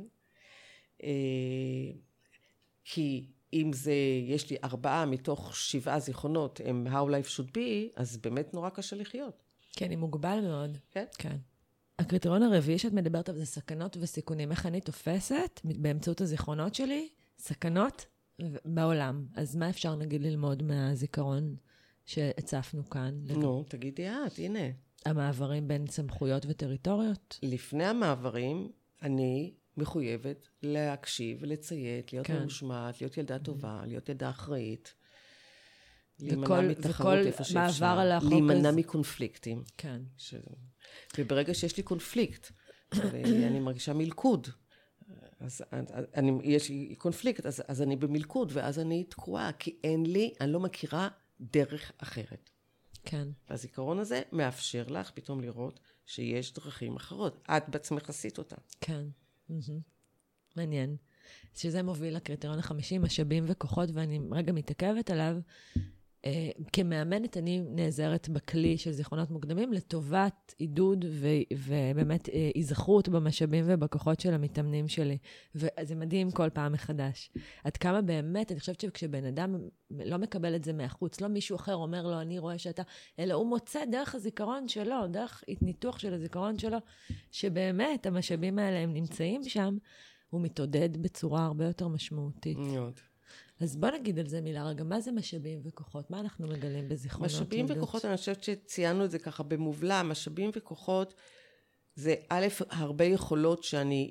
כי אם יש לי 4 מתוך 7 זיכרונות הם How Life Should Be, אז באמת נורא קשה לחיות. כן, היא מוגבל מאוד. כן? כן. הקריטריון הרביעי שאת מדברת עליו זה סכנות וסיכונים. איך אני תופסת באמצעות הזיכרונות שלי, סכנות בעולם. אז מה אפשר נגיד ללמוד מהזיכרון שהצפנו כאן? נו, תגידי את, הנה. המעברים בין סמכויות וטריטוריות? לפני המעברים, אני מחויבת להקשיב ולציית, להיות ממושמעת, להיות ילדה טובה, להיות ילדה אחראית. להימנע מתחרות איפה שאפשר. להימנע מקונפליקטים. כן. וברגע שיש לי קונפליקט, ואני מרגישה מלכוד, אז יש לי קונפליקט, אז אני במלכוד, ואז אני תקועה, כי אני לא מכירה דרך אחרת. כן. והזיכרון הזה מאפשר לך פתאום לראות שיש דרכים אחרות. את בעצמך עשית אותה. כן. מעניין. שזה מוביל לקריטריון ה-50, משאבים וכוחות, ואני רגע מתעכבת עליו. כמאמנת אני נעזרת בכלי של זיכרונות מוקדמים לטובת עידוד ובאמת היזכרות במשאבים ובכוחות של המתאמנים שלי. וזה מדהים כל פעם מחדש. עד כמה באמת, אני חושבת שכשבן אדם לא מקבל את זה מהחוץ, לא מישהו אחר אומר לו, אני רואה שאתה, אלא הוא מוצא דרך הזיכרון שלו, דרך ניתוח של הזיכרון שלו, שבאמת המשאבים האלה הם נמצאים שם, הוא מתעודד בצורה הרבה יותר משמעותית. מאוד. אז בוא נגיד על זה מילה רגע, מה זה משאבים וכוחות? מה אנחנו מגלים בזיכרונות? משאבים וכוחות, אני חושבת שציינו את זה ככה במובלע, משאבים וכוחות זה א', הרבה יכולות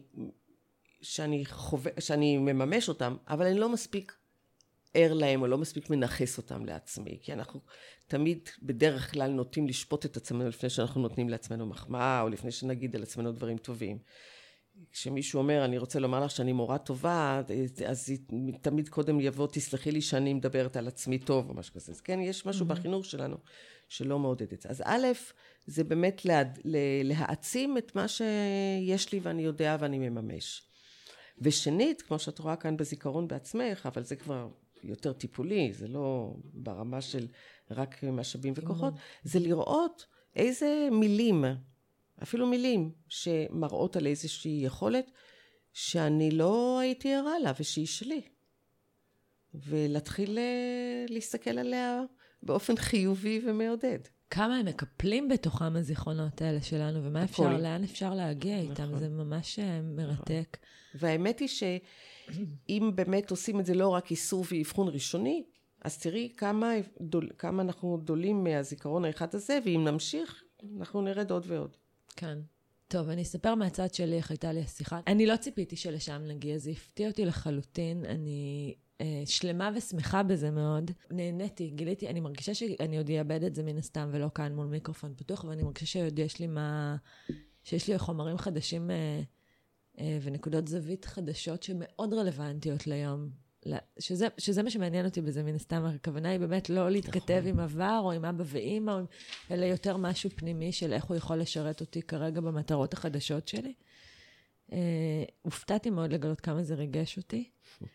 שאני מממש אותם, אבל אני לא מספיק ער להם, או לא מספיק מנחס אותם לעצמי, כי אנחנו תמיד בדרך כלל נוטים לשפוט את עצמנו לפני שאנחנו נותנים לעצמנו מחמאה, או לפני שנגיד על עצמנו דברים טובים. כשמישהו אומר, אני רוצה לומר לך שאני מורה טובה, אז תמיד קודם יבוא, תסלחי לי שאני מדברת על עצמי טוב, או משהו כזה. אז כן, יש משהו בחינוך שלנו שלא מעודד את זה. אז א', זה באמת להעצים את מה שיש לי ואני יודע ואני מממש. ושנית, כמו שאת רואה כאן בזיכרון בעצמך, אבל זה כבר יותר טיפולי, זה לא ברמה של רק משאבים וכוחות, זה לראות איזה מילים, אפילו מילים שמראות על איזושהי יכולת שאני לא הייתי ערה לה ושהיא שלי. ולהתחיל להסתכל עליה באופן חיובי ומעודד. כמה הם מקפלים בתוכם הזיכרונות האלה שלנו, ומה אפשר, לאן אפשר להגיע איתם, זה ממש מרתק. והאמת היא שאם באמת עושים את זה לא רק איסור ואבחון ראשוני, אז תראי כמה אנחנו דולים מהזיכרון האחד הזה, ואם נמשיך, אנחנו נרד עוד ועוד. כן. טוב, אני אספר מהצד שלי איך הייתה לי השיחה. אני לא ציפיתי שלשם נגיע, זה הפתיע אותי לחלוטין, אני שלמה ושמחה בזה מאוד. נהניתי, גיליתי, אני מרגישה שאני עוד אאבד את זה מן הסתם, ולא כאן מול מיקרופון פתוח, ואני מרגישה שעוד שיש לי חומרים חדשים ונקודות זווית חדשות שמאוד רלוונטיות ליום. שזה מה שמעניין אותי בזה מן הסתם, הכוונה היא באמת לא להתכתב עם עבר או עם אבא ואמא, אלא יותר משהו פנימי של איך הוא יכול לשרת אותי כרגע במטרות החדשות שלי. הופתעתי מאוד לגלות כמה זה ריגש אותי,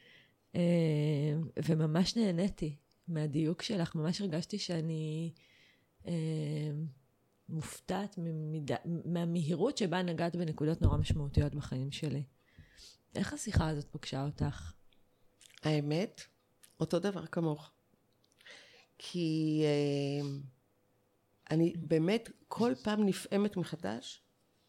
וממש נהניתי מהדיוק שלך, ממש הרגשתי שאני מופתעת מהמהירות שבה נגעת בנקודות נורא משמעותיות בחיים שלי. איך השיחה הזאת פגשה אותך? האמת, אותו דבר כמוך. כי אני באמת כל פעם נפעמת מחדש,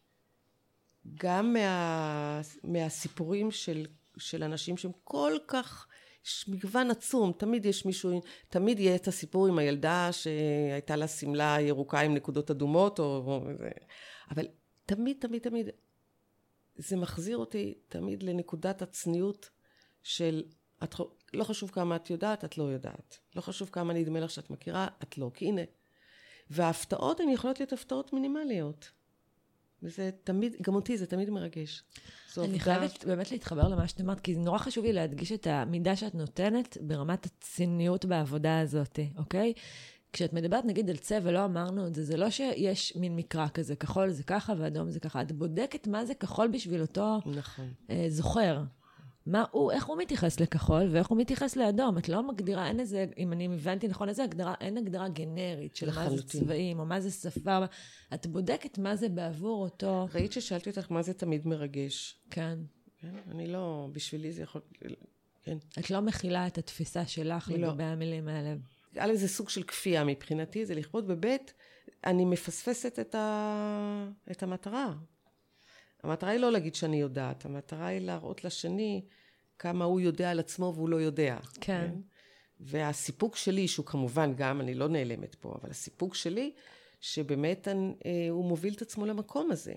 גם מהסיפורים של אנשים שהם כל כך, יש מגוון עצום, תמיד יש מישהו, תמיד יהיה את הסיפור עם הילדה שהייתה לה סמלה ירוקה עם נקודות אדומות, אבל תמיד, זה מחזיר אותי תמיד לנקודת הצניעות של, לא חשוב כמה את יודעת, את לא יודעת. לא חשוב כמה נדמה לך שאת מכירה, את לא. כי הנה. וההפתעות הן יכולות להיות הפתעות מינימליות. וזה תמיד, גם אותי זה תמיד מרגש. אני חייבת באמת להתחבר למה שאת אמרת, כי זה נורא חשוב לי להדגיש את המידה שאת נותנת ברמת הציניות בעבודה הזאת, אוקיי? כשאת מדברת נגיד על צבע, לא אמרנו את זה, זה לא שיש מין מקרא כזה, כחול זה ככה ואדום זה ככה. את בודקת מה זה כחול בשביל אותו נכון. זוכר. איך הוא מתייחס לכחול ואיך הוא מתייחס לאדום. את לא מגדירה, אין איזה, אם אני הבנתי נכון, אין הגדרה גנרית של מה זה צבעים או מה זה שפה. את בודקת מה זה בעבור אותו. ראית ששאלתי אותך מה זה תמיד מרגש. כן. אני לא, בשבילי זה יכול... כן. את לא מכילה את התפיסה שלך לגבי המילים האלה. על איזה סוג של כפייה מבחינתי, זה לכבוד, בבית, אני מפספסת את המטרה. המטרה היא לא להגיד שאני יודעת, המטרה היא להראות לשני כמה הוא יודע על עצמו והוא לא יודע. כן. והסיפוק שלי, שהוא כמובן גם, אני לא נעלמת פה, אבל הסיפוק שלי, שבאמת הוא מוביל את עצמו למקום הזה.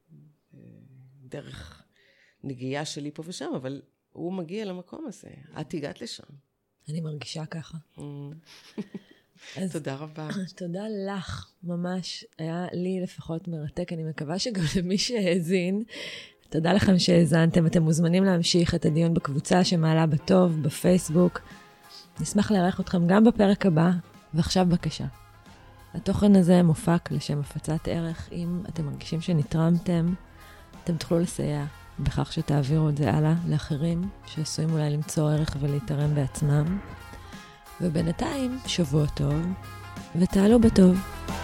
דרך נגיעה שלי פה ושם, אבל הוא מגיע למקום הזה. את הגעת לשם. אני מרגישה ככה. תודה רבה. תודה לך, ממש. היה לי לפחות מרתק. אני מקווה שגם למי שהאזין. תודה לכם שהאזנתם. אתם מוזמנים להמשיך את הדיון בקבוצה שמעלה בטוב, בפייסבוק. נשמח לארח אתכם גם בפרק הבא. ועכשיו בבקשה. התוכן הזה מופק לשם הפצת ערך. אם אתם מרגישים שנתרמתם, אתם תוכלו לסייע בכך שתעבירו את זה הלאה לאחרים, שעשויים אולי למצוא ערך ולהתרם בעצמם. ובינתיים, שבוע טוב, ותעלו בטוב.